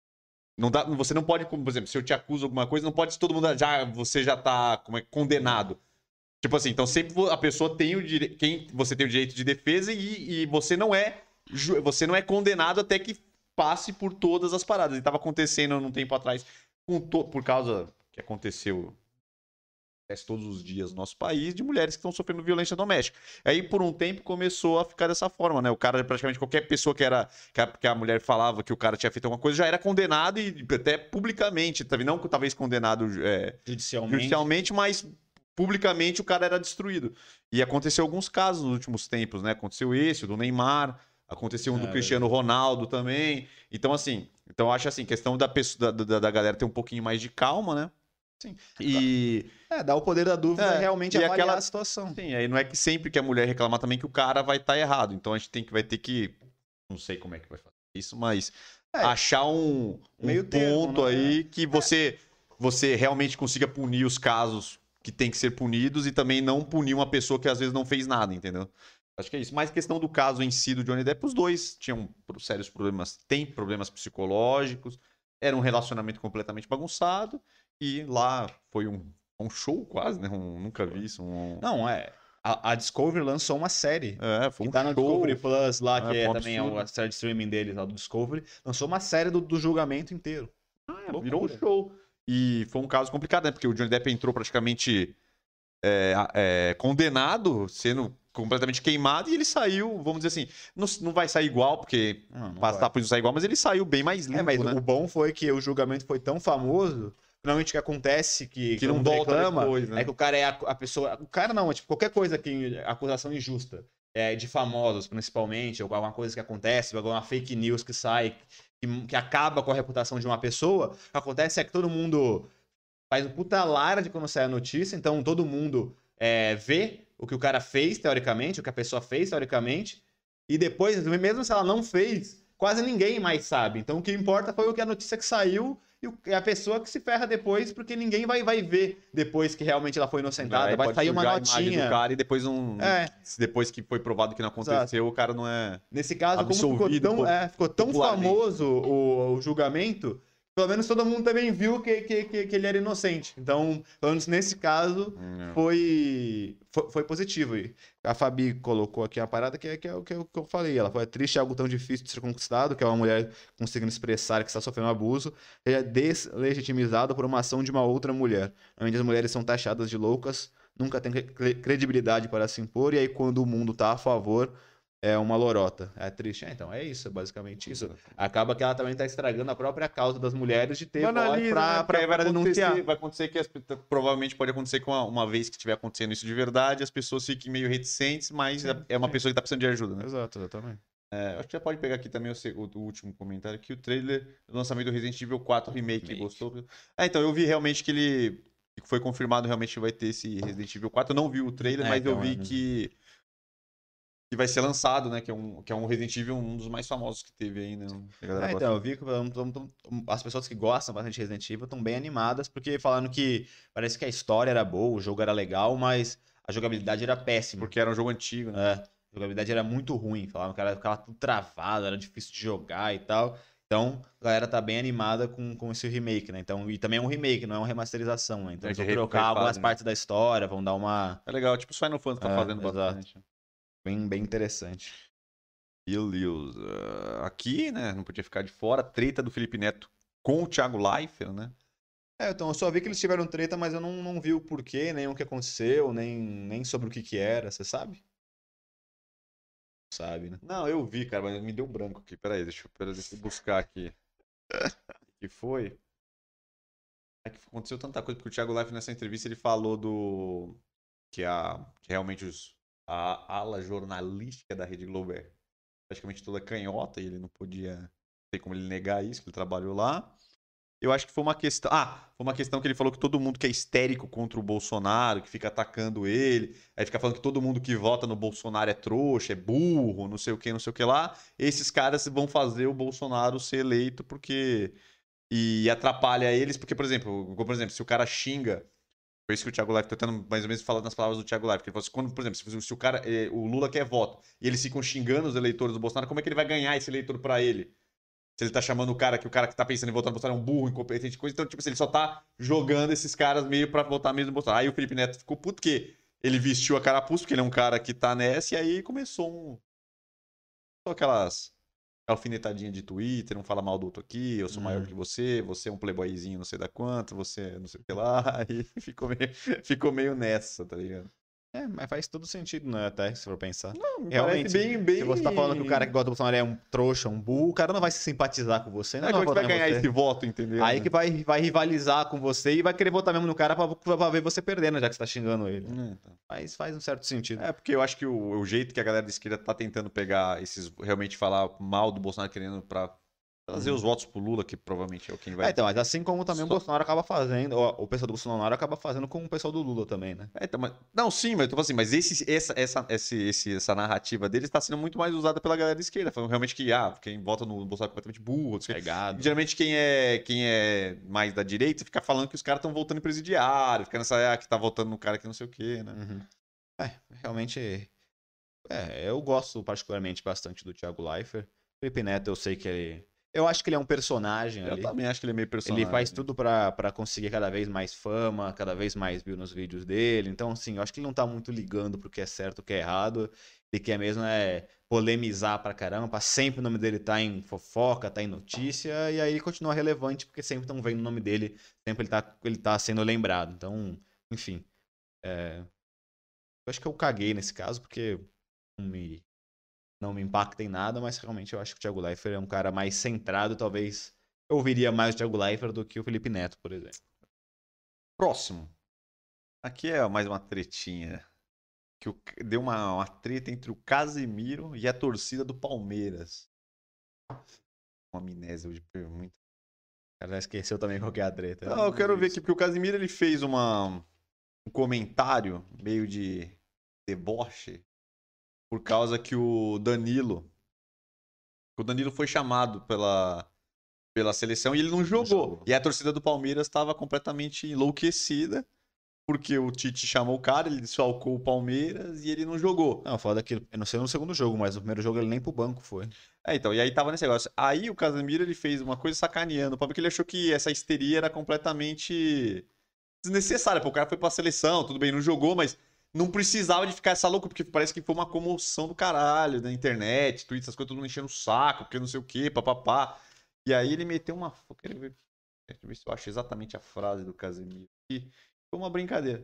Não dá, você não pode, por exemplo, se eu te acuso alguma coisa, não pode todo mundo já você já tá como é, condenado. Tipo assim, então sempre a pessoa tem o direito, quem você tem o direito de defesa e, e você não é você não é condenado até que passe por todas as paradas. E tava acontecendo um tempo atrás com to, por causa que aconteceu acontece todos os dias no nosso país, de mulheres que estão sofrendo violência doméstica. Aí, por um tempo, começou a ficar dessa forma, né? O cara, praticamente qualquer pessoa que era que a, que a mulher falava que o cara tinha feito alguma coisa, já era condenado e até publicamente, não talvez condenado é, judicialmente. judicialmente, mas publicamente o cara era destruído. E aconteceu alguns casos nos últimos tempos, né? Aconteceu esse, o do Neymar, aconteceu um é, do Cristiano é. Ronaldo também. Então, assim, então acho assim, questão da, pessoa, da, da, da galera ter um pouquinho mais de calma, né? Sim. E... É, dá o poder da dúvida é, realmente e avaliar aquela... a situação. Sim, aí não é que sempre que a mulher reclamar também que o cara vai estar tá errado. Então a gente tem que, vai ter que... Não sei como é que vai fazer isso, mas... É, achar um, um meio ponto termo, aí é? que você, você realmente consiga punir os casos que tem que ser punidos e também não punir uma pessoa que às vezes não fez nada, entendeu? Acho que é isso. Mas questão do caso em si do Johnny Depp, os dois tinham sérios problemas, tem problemas psicológicos, era um relacionamento completamente bagunçado e lá foi um, um show quase, né? Um, nunca vi isso. Um... Não, é... A, a Discovery lançou uma série. É, foi um que tá no show. Discovery Plus lá, que é, é também a série de streaming deles, lá do Discovery. Lançou uma série do, do julgamento inteiro. Ah, é, virou um show. E foi um caso complicado, né? Porque o Johnny Depp entrou praticamente é, é, condenado, sendo completamente queimado e ele saiu, vamos dizer assim, não, não vai sair igual, porque Não, não passar vai. por isso sair igual, mas ele saiu bem mais limpo, É, mas né? o bom foi que o julgamento foi tão famoso, normalmente o que acontece, que, Que todo não mundo volta reclama, depois, né? é que o cara é a, a pessoa... O cara não, é tipo, qualquer coisa que... Acusação injusta, é, de famosos, principalmente, ou alguma coisa que acontece, alguma fake news que sai, que, que acaba com a reputação de uma pessoa, o que acontece é que todo mundo faz um puta alarde quando sai a notícia, então todo mundo é, vê o que o cara fez, teoricamente, o que a pessoa fez, teoricamente, e depois, mesmo se ela não fez, quase ninguém mais sabe. Então o que importa foi o que a notícia que saiu e a pessoa que se ferra depois, porque ninguém vai, vai ver depois que realmente ela foi inocentada. Aí Vai pode sair uma sujar a imagem do notinha. cara e depois um. É, Depois que foi provado que não exato. aconteceu, o cara não é Nesse caso, como ficou absolvido tão, po- é, ficou tão popularmente. famoso o, o julgamento, pelo menos todo mundo também viu que, que, que, que ele era inocente. Então, pelo menos nesse caso, Hum, foi, foi, foi positivo. E a Fabi colocou aqui uma parada que é, que é o que eu, que eu falei. Ela foi: é triste, algo tão difícil de ser conquistado, que é uma mulher conseguindo expressar que está sofrendo abuso, seja deslegitimizado por uma ação de uma outra mulher. Onde as mulheres são taxadas de loucas, nunca tem cre- credibilidade para se impor, e aí quando o mundo está a favor, é uma lorota. É triste. É, então, é isso, é basicamente isso. Acaba que ela também tá estragando a própria causa das mulheres de ter voz Banaliza, pra, né? Porque pra, aí pra vai acontecer, denunciar. vai acontecer que as, provavelmente pode acontecer que uma, uma vez que estiver acontecendo isso de verdade, as pessoas fiquem meio reticentes, mas Sim, é uma sim. pessoa que tá precisando de ajuda, né? Exato, exatamente. É, acho que já pode pegar aqui também o, se- o- o último comentário, que o trailer do lançamento do Resident Evil quatro Remake, Remake. gostou? Ah, então, eu vi realmente que ele que foi confirmado realmente que vai ter esse Resident Evil quatro. Eu não vi o trailer, É, mas eu então, vi é, não- que, que vai ser lançado, né? Que é, um, que é um Resident Evil, um dos mais famosos que teve aí, né? A galera É, gosta. então, eu vi que um, um, um, as pessoas que gostam bastante de Resident Evil estão bem animadas, porque falando que parece que a história era boa, o jogo era legal, mas a jogabilidade era péssima. Porque era um jogo antigo, né? É, a jogabilidade era muito ruim. Falavam que era, ficava tudo travado, era difícil de jogar e tal. Então, a galera tá bem animada com, com esse remake, né? Então, e também é um remake, não é uma remasterização, né? Então, É eles que vão re- trocar refazem, algumas né? partes da história, vão dar uma. É legal, tipo o Final Fantasy tá É, fazendo exato. bastante. Bem, bem interessante. Beleza. Aqui, né? Não podia ficar de fora. Treta do Felipe Neto com o Thiago Leifert, né? É, então, eu só vi que eles tiveram treta, mas eu não, não vi o porquê, nem o que aconteceu, nem, nem sobre o que que era, você sabe? Sabe, né? Não, eu vi, cara, mas me deu um branco aqui. Pera aí, deixa eu, pera, deixa eu buscar aqui. O que foi? É que aconteceu tanta coisa, porque o Thiago Leifert nessa entrevista ele falou do. Que, a, que realmente os, a ala jornalística da Rede Globo é praticamente toda canhota e ele não podia. Não tem como ele negar isso, que ele trabalhou lá. Eu acho que foi uma questão. Ah, foi uma questão que ele falou que todo mundo que é histérico contra o Bolsonaro, que fica atacando ele, aí fica falando que todo mundo que vota no Bolsonaro é trouxa, é burro, não sei o que, não sei o que lá. Esses caras vão fazer o Bolsonaro ser eleito porque. E atrapalha eles, porque, por exemplo, por exemplo, se o cara xinga. Foi isso que o Thiago Leifert, tô tentando mais ou menos falar nas palavras do Thiago Leifert, que ele falou assim, quando, por exemplo, se, se o cara, eh, o Lula quer voto, e eles ficam xingando os eleitores do Bolsonaro, como é que ele vai ganhar esse eleitor pra ele? Se ele tá chamando o cara que o cara que tá pensando em votar no Bolsonaro é um burro, incompetente, coisa. Então, tipo assim, ele só tá jogando esses caras meio pra votar mesmo no Bolsonaro. Aí o Felipe Neto ficou puto que ele vestiu a carapuça, porque ele é um cara que tá nessa, e aí começou um. Só aquelas alfinetadinha de Twitter, não fala mal do outro aqui, eu sou maior Hum. que você, você é um playboyzinho não sei da quanto, você é não sei o que lá, aí ficou meio, ficou meio nessa, tá ligado? É, mas faz todo sentido, né? Até se for pensar. Não, me Realmente, parece bem, bem... se você tá falando que o cara que gosta do Bolsonaro é um trouxa, um burro, o cara não vai se simpatizar com você, não É, vai como é que vai votar em ganhar você. esse voto, entendeu? Aí né? que vai, vai rivalizar com você e vai querer votar mesmo no cara pra, pra ver você perdendo, já que você tá xingando ele. É, então. Mas faz um certo sentido. É, porque eu acho que o, o jeito que a galera da esquerda tá tentando pegar esses, realmente falar mal do Bolsonaro, querendo pra trazer Uhum. os votos pro Lula, que provavelmente é o quem vai... É, então, mas assim como também o Só- Bolsonaro acaba fazendo, ó, o pessoal do Bolsonaro acaba fazendo com o pessoal do Lula também, né? É, então, mas- Não, sim, mas eu tô falando assim, mas esse, essa, essa, esse, esse- essa narrativa deles está sendo muito mais usada pela galera da esquerda, falando realmente que, ah, quem vota no Bolsonaro é completamente burro, não sei o quê. Pegado. Geralmente quem é, quem é mais da direita fica falando que os caras estão votando em presidiário, fica nessa, ah, que tá votando no cara que não sei o quê, né? Uhum. É, realmente. É, eu gosto particularmente bastante do Thiago Leifert. Felipe Neto, eu sei que ele. Eu acho que ele é um personagem Eu ali. também acho que ele é meio personagem. Ele faz tudo pra, pra conseguir cada vez mais fama, cada vez mais view nos vídeos dele. Então, assim, eu acho que ele não tá muito ligando pro que é certo, o que é errado. Ele quer mesmo é polemizar pra caramba, pra sempre o nome dele tá em fofoca, tá em notícia, e aí ele continua relevante, porque sempre estão vendo o nome dele, sempre ele tá, ele tá sendo lembrado. Então, enfim. É, Eu acho que eu caguei nesse caso, porque não me, não me impacta em nada, mas realmente eu acho que o Thiago Leifert é um cara mais centrado, talvez eu ouviria mais o Thiago Leifert do que o Felipe Neto, por exemplo. Próximo. Aqui é mais uma tretinha. Que o- deu uma, uma treta entre o Casemiro e a torcida do Palmeiras. Uma amnésia hoje, muito. O cara já esqueceu também qual que é a treta. Não, eu quero ver aqui, porque o Casemiro ele fez uma, um comentário meio de deboche por causa que o Danilo. O Danilo foi chamado pela, pela seleção e ele não jogou. jogou. E a torcida do Palmeiras estava completamente enlouquecida. Porque o Tite chamou o cara, ele desfalcou o Palmeiras e ele não jogou. Não, foda que eu não sei no segundo jogo, mas no primeiro jogo ele nem pro banco foi. É, então, e aí tava nesse negócio. Aí o Casemiro ele fez uma coisa sacaneando, porque ele achou que essa histeria era completamente desnecessária. Pô, o cara foi pra seleção, tudo bem, não jogou, mas não precisava de ficar essa louca, porque parece que foi uma comoção do caralho na internet, tweets, essas coisas, todo mundo enchendo o saco, porque não sei o quê, papapá. E aí ele meteu uma. Eu quero ver, deixa eu ver se eu acho exatamente a frase do Casemiro aqui. Foi uma brincadeira.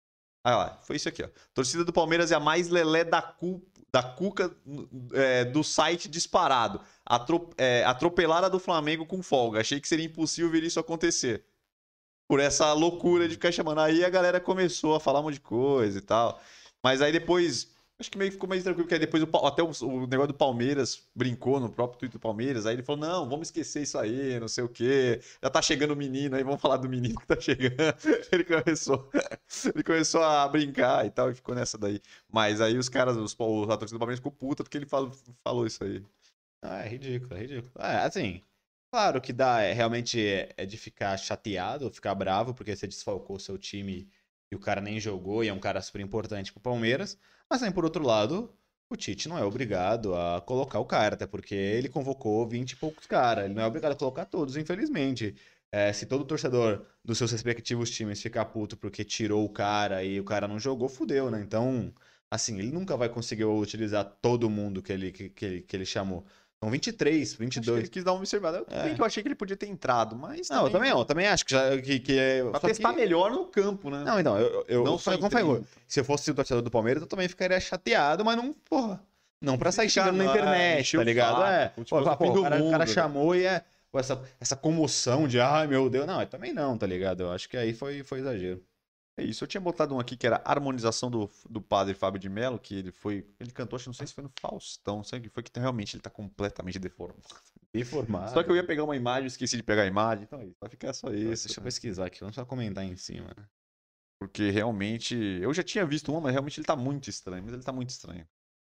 Ah lá, foi isso aqui, ó. Torcida do Palmeiras é a mais lelé da, cu, da cuca é, do site disparado. Atro, é, atropelada do Flamengo com folga. Achei que seria impossível ver isso acontecer. Por essa loucura de ficar chamando. Aí a galera começou a falar um monte de coisa e tal. Mas aí depois. Acho que meio que ficou mais tranquilo, porque aí depois o, até o, o negócio do Palmeiras brincou no próprio Twitter do Palmeiras. Aí ele falou: não, vamos esquecer isso aí, não sei o quê. Já tá chegando o menino aí, vamos falar do menino que tá chegando. Ele começou, ele começou a brincar e tal, e ficou nessa daí. Mas aí os caras, os, os atores do Palmeiras ficou puta porque ele falou, falou isso aí. Ah, é ridículo, é ridículo. É, assim, claro que dá, é, realmente é, é de ficar chateado, ficar bravo, porque você desfalcou o seu time e o cara nem jogou e é um cara super importante pro Palmeiras. Mas também, por outro lado, o Tite não é obrigado a colocar o cara, até porque ele convocou vinte e poucos caras. Ele não é obrigado a colocar todos, infelizmente. É, se todo torcedor dos seus respectivos times ficar puto porque tirou o cara e o cara não jogou, fudeu, né? Então, assim, ele nunca vai conseguir utilizar todo mundo que ele, que, que ele, que ele chamou. São vinte e três, Acho que ele vinte e dois. quis dar uma observada. Eu, também É. que eu achei que ele podia ter entrado, mas. Não, eu também, eu também acho que, já, que, que é. Pra só testar que- melhor no campo, né? Não, então, eu, eu, Não eu só falei, em como eu falei, treino. se eu fosse o torcedor do Palmeiras, eu também ficaria chateado, mas não, porra, não pra sair Ficar, xingando na não, internet, encher tá o ligado? saco, É, como se pô, fosse o pô, fim do o cara, o cara mundo, né? chamou e é pô, essa, essa comoção de, ai meu Deus, não, eu também não, tá ligado? Eu acho que aí foi, foi exagero. É isso, eu tinha botado um aqui que era a harmonização do, do padre Fábio de Mello, que ele foi. Ele cantou, acho que não sei se foi no Faustão, não sei o que foi, que realmente ele tá completamente deformado. Informado. Só que eu ia pegar uma imagem, esqueci de pegar a imagem, então é isso, vai ficar só isso. Deixa eu né? pesquisar aqui, vamos só comentar em cima. Né? Porque realmente. Eu já tinha visto uma, mas realmente ele tá muito estranho. Mas ele tá muito estranho.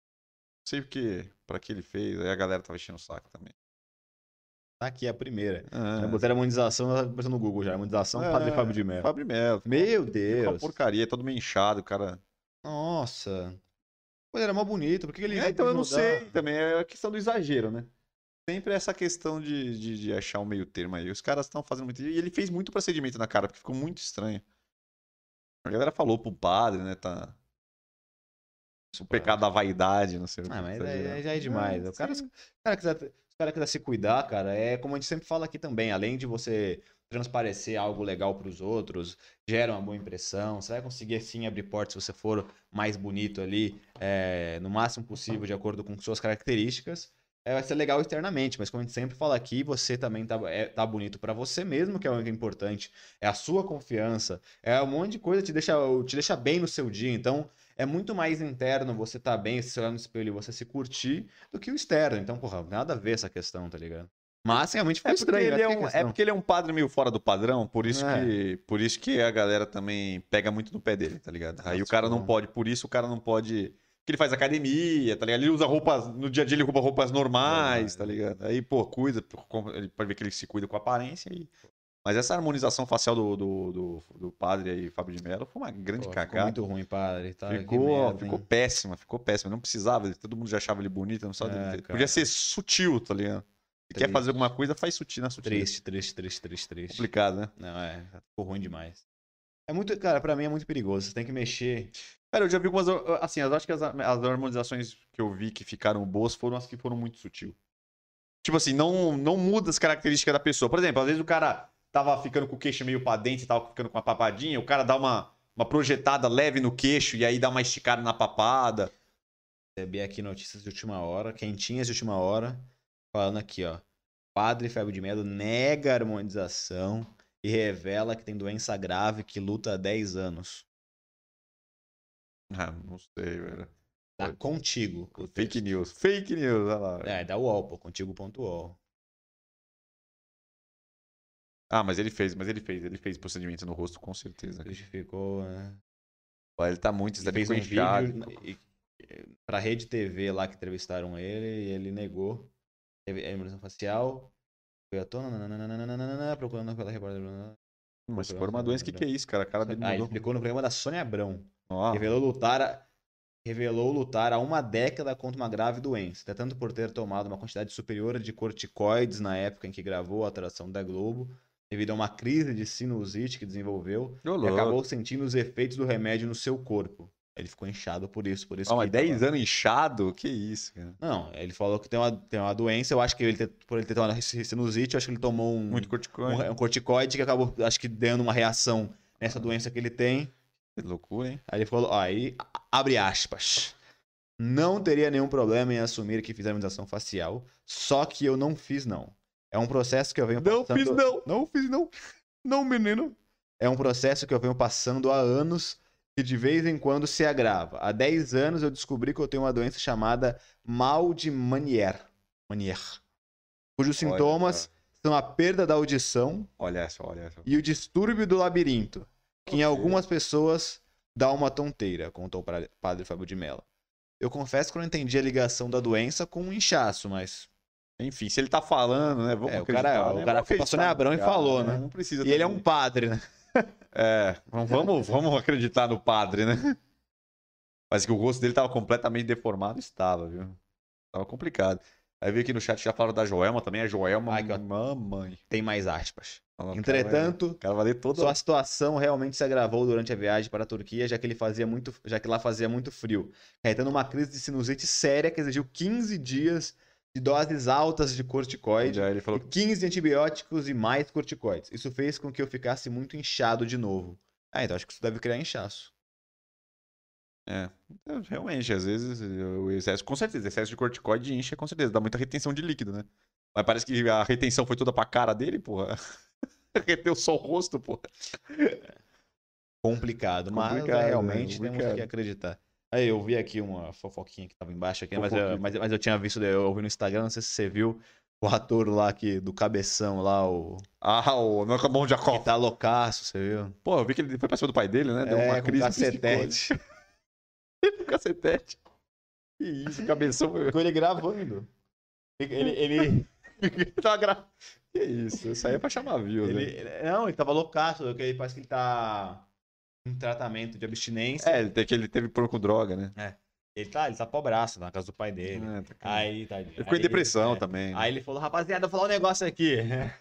Não sei porque, pra que ele fez, aí a galera tava enchendo o saco também. Tá aqui a primeira. Ah, Já botaram harmonização, eu tava pensando no Google já. Harmonização é, Padre Fábio de Mello. Fábio de Mello. Meu Ficou uma Deus. porcaria, todo meio inchado, o cara. Nossa. Pô, ele era mó bonito, por que, que ele É, então eu não quis mudar? sei também, é a questão do exagero, né? Sempre essa questão de, de, de achar um meio termo aí. Os caras estão fazendo muito. E ele fez muito procedimento na cara, porque ficou muito estranho. A galera falou pro padre, né? Tá. O pecado da vaidade, não sei o que. Ah, mas tá aí gerando. aí já é demais. É, o cara, sim. se o cara quiser, se o cara quiser se cuidar, cara, é como a gente sempre fala aqui também, além de você transparecer algo legal pros outros, gera uma boa impressão, você vai conseguir sim abrir portas se você for mais bonito ali, é, no máximo possível, de acordo com suas características. É, vai ser legal externamente, mas como a gente sempre fala aqui, você também tá, é, tá bonito pra você mesmo, que é o que é importante. É a sua confiança, é um monte de coisa que te deixa, te deixa bem no seu dia. Então, é muito mais interno você tá bem, você olhar no espelho e você se curtir, do que o externo. Então, porra, nada a ver essa questão, tá ligado? Mas realmente ficou É porque, estranho, ele é, essa que um, a é questão. porque ele é um padre meio fora do padrão, por isso, É. que, por isso que a galera também pega muito no pé dele, tá ligado? Aí Nossa, o cara não bom. pode, por isso o cara não pode. Porque ele faz academia, tá ligado? Ele usa roupas. No dia a dia ele roupa roupas normais, Normais, tá né? ligado? Aí, pô, cuida. Ele pode ver que ele se cuida com a aparência. E... Mas essa harmonização facial do, do, do, do padre aí, Fábio de Mello, foi uma grande Pô, ficou cagada. muito ruim, padre. Tá, que Ficou, merda, ficou hein? péssima, ficou péssima. Não precisava, todo mundo já achava ele bonito, não precisava É, dele. cara. Podia ser sutil, tá ligado? Se quer Triste. fazer alguma coisa, faz sutil na sutil. Triste, triste, triste, triste, triste. Complicado, né? Não, é, ficou ruim demais. É muito, cara, pra mim é muito perigoso. Você tem que mexer. Cara, eu já vi algumas. Assim, eu acho que as, as harmonizações que eu vi que ficaram boas foram as que foram muito sutil. Tipo assim, não, não muda as características da pessoa. Por exemplo, às vezes o cara tava ficando com o queixo meio pra dentro e tava ficando com uma papadinha, o cara dá uma, uma projetada leve no queixo e aí dá uma esticada na papada. Recebi aqui notícias de última hora, quentinhas de última hora, falando aqui, ó. Padre Fábio de Mello nega a harmonização e revela que tem doença grave que luta há dez anos. Ah, não sei, velho. Tá contigo. o Fake texto. news. Fake news, olha lá. É, da U O L, pô, contigo.uol. Ah, mas ele fez, mas ele fez, ele fez procedimento no rosto, com certeza. Justificou, né? Ó, ele tá muito, Ele ele fez ficou um inchado. vídeo e, e, pra Rede T V lá que entrevistaram ele e ele negou. Teve a harmonização facial. Foi à tona, nananana, procurando pela repórter. Mas se for uma doença, o que, que é isso, cara? A cara dele Ah, ele mudou. explicou no programa da Sônia Abrão. Ó, Revelou lutar, a- revelou lutar há uma década contra uma grave doença, tanto por ter tomado uma quantidade superior de corticoides na época em que gravou a atração da Globo, devido a uma crise de sinusite que desenvolveu, Ô, e louco. acabou sentindo os efeitos do remédio no seu corpo. Ele ficou inchado por isso, por isso Ó, que mas dez tava- anos inchado? Que isso, cara. Não, ele falou que tem uma, tem uma doença, eu acho que ele ter- por ele ter tomado sinusite, eu acho que ele tomou um, Muito corticoide. um, um corticoide que acabou, acho que, dando uma reação nessa doença que ele tem. Que loucura, hein? Aí ele falou, ó, aí, a- abre aspas. Não teria nenhum problema em assumir que fiz harmonização facial, só que eu não fiz, não. É um processo que eu venho Não passando... fiz, não. Não fiz, não. Não, menino. É um processo que eu venho passando há anos e de vez em quando se agrava. Há dez anos eu descobri que eu tenho uma doença chamada mal de Meniere, Meniere cujos Olha, sintomas são a perda da audição Olha só, olha só. e o distúrbio do labirinto, que em Ok. algumas pessoas dá uma tonteira, contou o pra- padre Fábio de Mello. Eu confesso que eu não entendi a ligação da doença com o inchaço, mas... Enfim, se ele tá falando, né? Vamos É, o acreditar, cara- o né? cara Vamos foi pra Sônia acreditar no Abrão e cara, falou, né? Não precisa E ele é também. um padre, né? É, vamos, vamos acreditar no padre, né? Mas que o rosto dele tava completamente deformado, estava, viu? Tava complicado. Aí veio aqui no chat já falaram da Joelma também. A Joelma, Ai, que ó- mamãe. Tem mais aspas. O cara Entretanto, vai- O cara vai ler toda sua situação realmente se agravou durante a viagem para a Turquia, já que ele fazia muito, já que lá fazia muito frio, acarretando uma crise de sinusite séria que exigiu quinze dias de doses altas de corticoide, Aí ele falou e quinze antibióticos e mais corticoides. Isso fez com que eu ficasse muito inchado de novo. Ah, então acho que isso deve criar inchaço. É, é, realmente, às vezes o excesso, com certeza, excesso de corticoide incha, com certeza, dá muita retenção de líquido, né? Mas parece que a retenção foi toda pra cara dele, porra. Reteu só o rosto, porra. Complicado, mas Complicado, é, né? realmente temos Complicado. que acreditar. Aí eu vi aqui uma fofoquinha que tava embaixo aqui, mas eu, Fofoquinha. mas, mas eu tinha visto, eu vi no Instagram, não sei se você viu, o ator lá que, do cabeção lá, o... Ah, o não acabou de Que Jacob. tá loucaço, você viu? Pô, eu vi que ele foi pra cima do pai dele, né? Deu É, uma com crise cacetete. com cacetete. Que isso, cabeção. Ficou ele gravando. Ele, ele, ele, Ele tava gra... Que isso, isso aí é pra chamar views, ele- né? ele- não, ele tava loucaço, porque ele parece que ele tá em tratamento de abstinência. É, ele, tem, que ele teve problema com droga, né? Ele tá, ele tá pobraço na casa do pai dele. É, tá com- Aí, tá. Ele ficou em depressão também. né? Aí ele falou, rapaziada, vou falar um negócio aqui.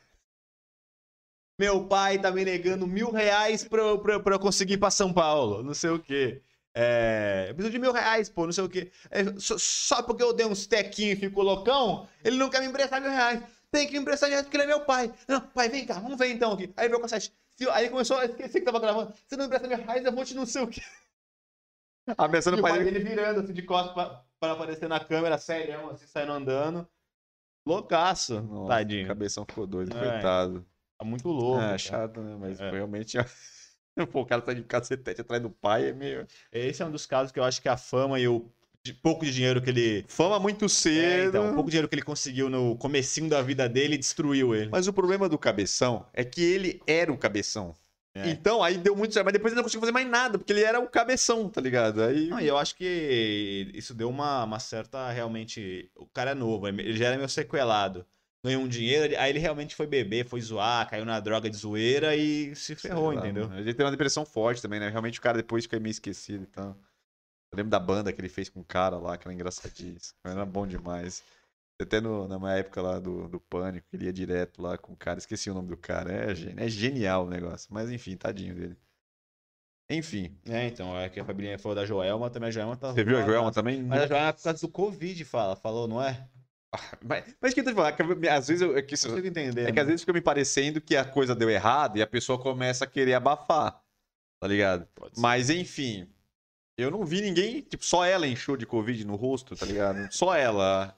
Meu pai tá me negando mil reais pra, eu- pra, eu- pra eu conseguir ir pra São Paulo, não sei o quê. É, eu preciso de mil reais, pô, não sei o quê. É, só, só porque eu dei uns tequinhos e fico loucão, ele não quer me emprestar mil reais. Tem que me emprestar dinheiro porque ele é meu pai. Não, pai, vem cá, vamos ver então aqui. Aí veio o cassete. Se- Aí começou a esquecer que tava gravando. Se não me empresta mil reais, eu vou te não sei o quê. Ameaçando E o o pai pai dele. dele virando assim de costas pra, pra aparecer na câmera, sério, assim, saindo andando. Loucaço, Nossa, tadinho. O cabeção ficou doido, É. coitado. Tá muito louco. É, cara. chato, né? Mas É. foi realmente. Pô, o cara tá de cacetete atrás do pai, é meio. Esse é um dos casos que eu acho que a fama e o de- pouco de dinheiro que ele... Fama muito É, cedo. então, o pouco de dinheiro que ele conseguiu no comecinho da vida dele destruiu ele. Mas o problema do cabeção é que ele era o cabeção. É. Então aí deu muito certo, mas depois ele não conseguiu fazer mais nada, porque ele era o cabeção, tá ligado? Aí. Não, e eu acho que isso deu uma, uma certa, realmente... O cara é novo, ele já era meio sequelado. Ganhou um dinheiro, ele- aí ele realmente foi beber, foi zoar, caiu na droga de zoeira e se ferrou, Sei lá, entendeu? mano. Ele teve uma depressão forte também, né? Realmente o cara depois fica meio esquecido e tal. Eu lembro da banda que ele fez com o cara lá, que era engraçadíssimo. Era bom demais. Até no, na minha época lá do, do Pânico, ele ia direto lá com o cara. Esqueci o nome do cara. É, gen- é genial o negócio. Mas enfim, tadinho dele. Enfim. É, então, é que a Fabrinha falou da Joelma, também a Joelma tá... Você viu a Joelma também? Mas a Joelma é por causa do Covid, fala, falou, não é? Mas, mas que eu tô te falando, que eu- às vezes eu, é que isso- Não consigo entender. é que às vezes fica me parecendo que a coisa deu errado e a pessoa começa a querer abafar. Tá ligado? Pode ser. Mas, enfim, eu não vi ninguém, tipo, só ela encheu de Covid no rosto, tá ligado? Só ela.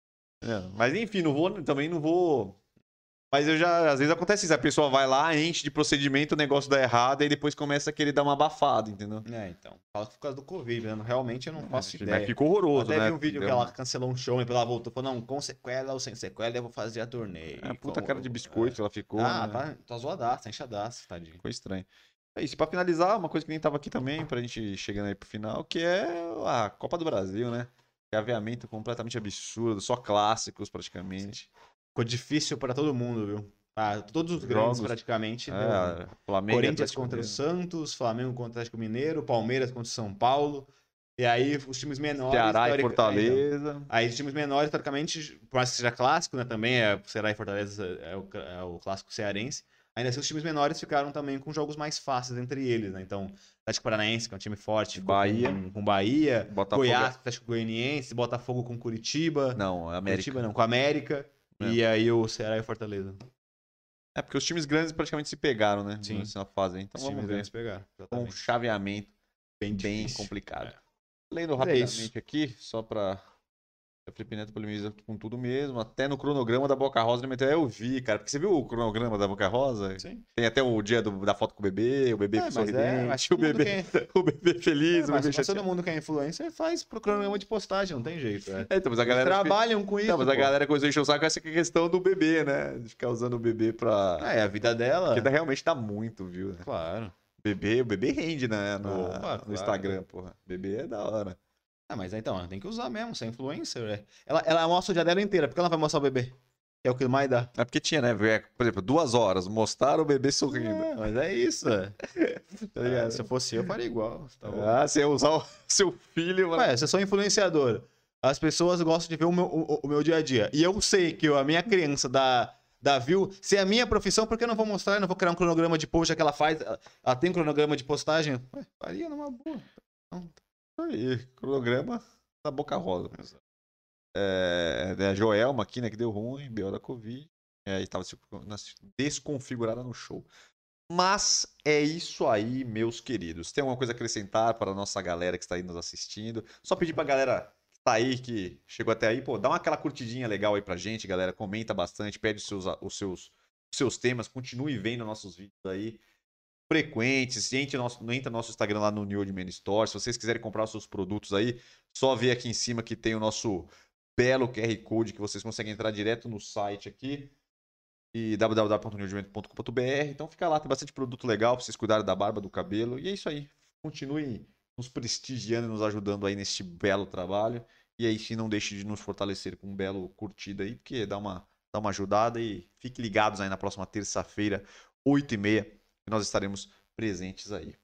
É, mas, enfim, não vou, também não vou... Mas eu já, às vezes acontece isso, a pessoa vai lá, enche de procedimento, o negócio dá errado, e depois começa a querer dar uma abafada, entendeu? É, então. Fala por causa do Covid, né? Realmente eu não faço É, ideia. mas ficou horroroso, Até né? vi um vídeo Deu que ela uma- cancelou um show e depois ela voltou e falou, não, com sequela ou sem sequela eu vou fazer a turnê. É, E puta como cara eu- de biscoito ela ficou, Ah, né? tá, tá zoadaça, enxadaça, tadinho. Ficou estranho. É isso, pra finalizar, uma coisa que nem tava aqui também, pra gente ir chegando aí pro final, que é a Copa do Brasil, né? Chaveamento completamente absurdo, só clássicos praticamente. Ficou difícil pra todo mundo, viu? Ah, todos os grandes Jogos, praticamente. deu- É, Flamengo e Corinthians Atlético contra o Mineiro. Santos, Flamengo contra o Atlético Mineiro, Palmeiras contra o São Paulo. E aí os times menores. Ceará e teorica- Fortaleza. É, então. Aí os times menores, teoricamente, por mais que seja clássico, né? Também é Ceará e Fortaleza é o, é o clássico cearense. Ainda assim, os times menores ficaram também com jogos mais fáceis entre eles, né? Então, Atlético Paranaense, que é um time forte, ficou Bahia. com, com Bahia, Botafogo. Goiás, Atlético Goianiense, Botafogo com Curitiba. Não, é América. Curitiba não, com América. É. E aí o Ceará e Fortaleza. É porque os times grandes praticamente se pegaram, né? Sim. Nessa fase aí. Então Os vamos times ver. grandes pegaram. Com um Exatamente. chaveamento Bem, bem difícil. complicado. É. Lendo Mas é rapidamente isso. aqui, só pra. O Felipe Neto polemiza com tudo mesmo. Até no cronograma da Boca Rosa ele meteu. Eu vi, cara. Porque você viu o cronograma da Boca Rosa? Sim. Tem até o dia do- da foto com o bebê, o bebê É, mas sorridente, é, mas o, todo mundo bebê, quer- o bebê feliz, É, o mas, bebê mas todo chateado. mundo que é influencer faz pro cronograma de postagem, não tem jeito. É. É, então, mas a Eles galera. trabalham com isso. Não, mas a pô. galera começou a encher o saco com essa questão do bebê, né? De ficar usando o bebê pra. É, a vida dela. Porque dá- realmente dá muito, viu? Né? Claro. Bebê, o bebê rende, né? No, Opa, no claro. Instagram, porra. Bebê é da hora. Ah, mas então, ela tem que usar mesmo, ser influencer. É. Ela, ela mostra o dia dela inteira, porque ela vai mostrar o bebê. É o que mais dá. É porque tinha, né? é, Por exemplo, duas horas, mostrar o bebê sorrindo. É, mas é isso. É. Tá ligado? É, se eu fosse eu, eu faria igual. Tá bom. Ah, você ia usar o seu filho. mano. Ué, se eu sou influenciador, as pessoas gostam de ver o meu, o, o meu dia a dia. E eu sei que a minha criança dá, dá view, se é a minha profissão, por que eu não vou mostrar? Eu não vou criar um cronograma de post que ela faz. Ela, ela tem um cronograma de postagem? Ué, faria numa boa. Então, Aí, cronograma da Boca Rosa. É, é a Joelma aqui, né? Que deu ruim, B O da Covid. É, e tava se- nas- desconfigurada no show. Mas é isso aí, meus queridos. Tem alguma coisa a acrescentar para a nossa galera que está aí nos assistindo? Só pedir pra galera que tá aí, que chegou até aí, pô, dá uma aquela curtidinha legal aí pra gente, galera. Comenta bastante, pede os seus, os seus, os seus temas, continue vendo nossos vídeos aí frequentes. Entre nosso, entra no nosso Instagram lá no New Old Man Store. Se vocês quiserem comprar os seus produtos aí, só ver aqui em cima que tem o nosso belo Q R Code que vocês conseguem entrar direto no site aqui. E w w w ponto new old man ponto com ponto b r. Então fica lá, tem bastante produto legal pra vocês cuidarem da barba, do cabelo. E é isso aí. Continuem nos prestigiando e nos ajudando aí neste belo trabalho. E aí sim, não deixe de nos fortalecer com um belo curtida aí, porque dá uma, dá uma ajudada. E fiquem ligados aí na próxima terça-feira, oito e meia, que nós estaremos presentes aí.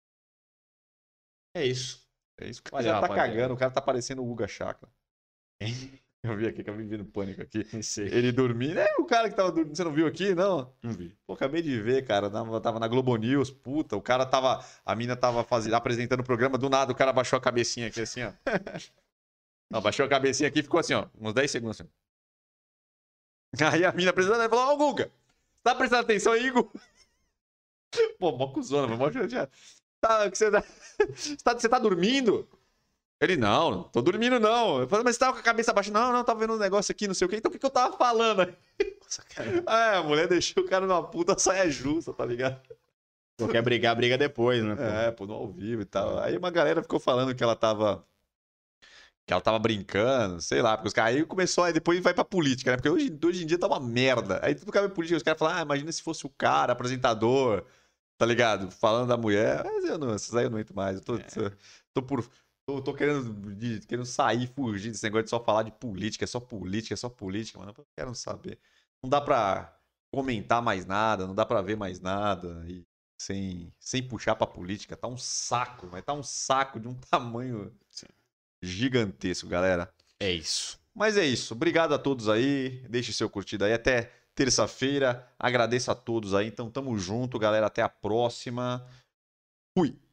é isso. É isso. O cara Valeu, já tá rapaziada. cagando, o cara tá parecendo o Guga Chakra. Eu vi aqui, acabei vendo pânico aqui. Sei. Ele dormindo. É o cara que tava dormindo. Você não viu aqui, não? Não vi. Pô, acabei de ver, cara. Tava, tava na Globo News, puta. O cara tava. A mina tava fazendo, apresentando o programa, do nada o cara baixou a cabecinha aqui assim, ó. Não, baixou a cabecinha aqui e ficou assim, ó. Uns dez segundos assim. Aí a mina apresentando, ele falou: Ó, Guga, você tá prestando atenção aí, Guga? Pô, mó cuzona, mó chateado. Tá, que você, tá, você, tá, você tá dormindo? Ele, não, não tô dormindo não. Eu falei, mas você tava com a cabeça baixa? Não, não, tava vendo um negócio aqui, não sei o quê. Então o que, que eu tava falando aí? Nossa, cara. Ah, a mulher deixou o cara numa puta saia justa, tá ligado? Pô, quer brigar, briga depois, né? Pô? É, pô, no ao vivo e tal. Aí uma galera ficou falando que ela tava. Que ela tava brincando, sei lá, porque os caras. Aí começou, aí depois vai pra política, né? Porque hoje, hoje em dia tá uma merda. Aí tudo cabe política, os caras falam, ah, imagina se fosse o cara, apresentador, tá ligado? Falando da mulher. Mas eu não, essas aí eu não entro mais. Eu tô, É. tô, tô por. Tô, tô querendo, de- querendo sair, fugir desse negócio de só falar de política, é só política, é só política, mano. Eu quero saber. Não dá pra comentar mais nada, não dá pra ver mais nada. E sem, sem puxar pra política. Tá um saco, mas tá um saco de um tamanho Sim. gigantesco, galera. É isso. Mas é isso. Obrigado a todos aí. Deixe seu curtido aí. Até terça-feira. Agradeço a todos aí. Então tamo junto, galera. Até a próxima. Fui.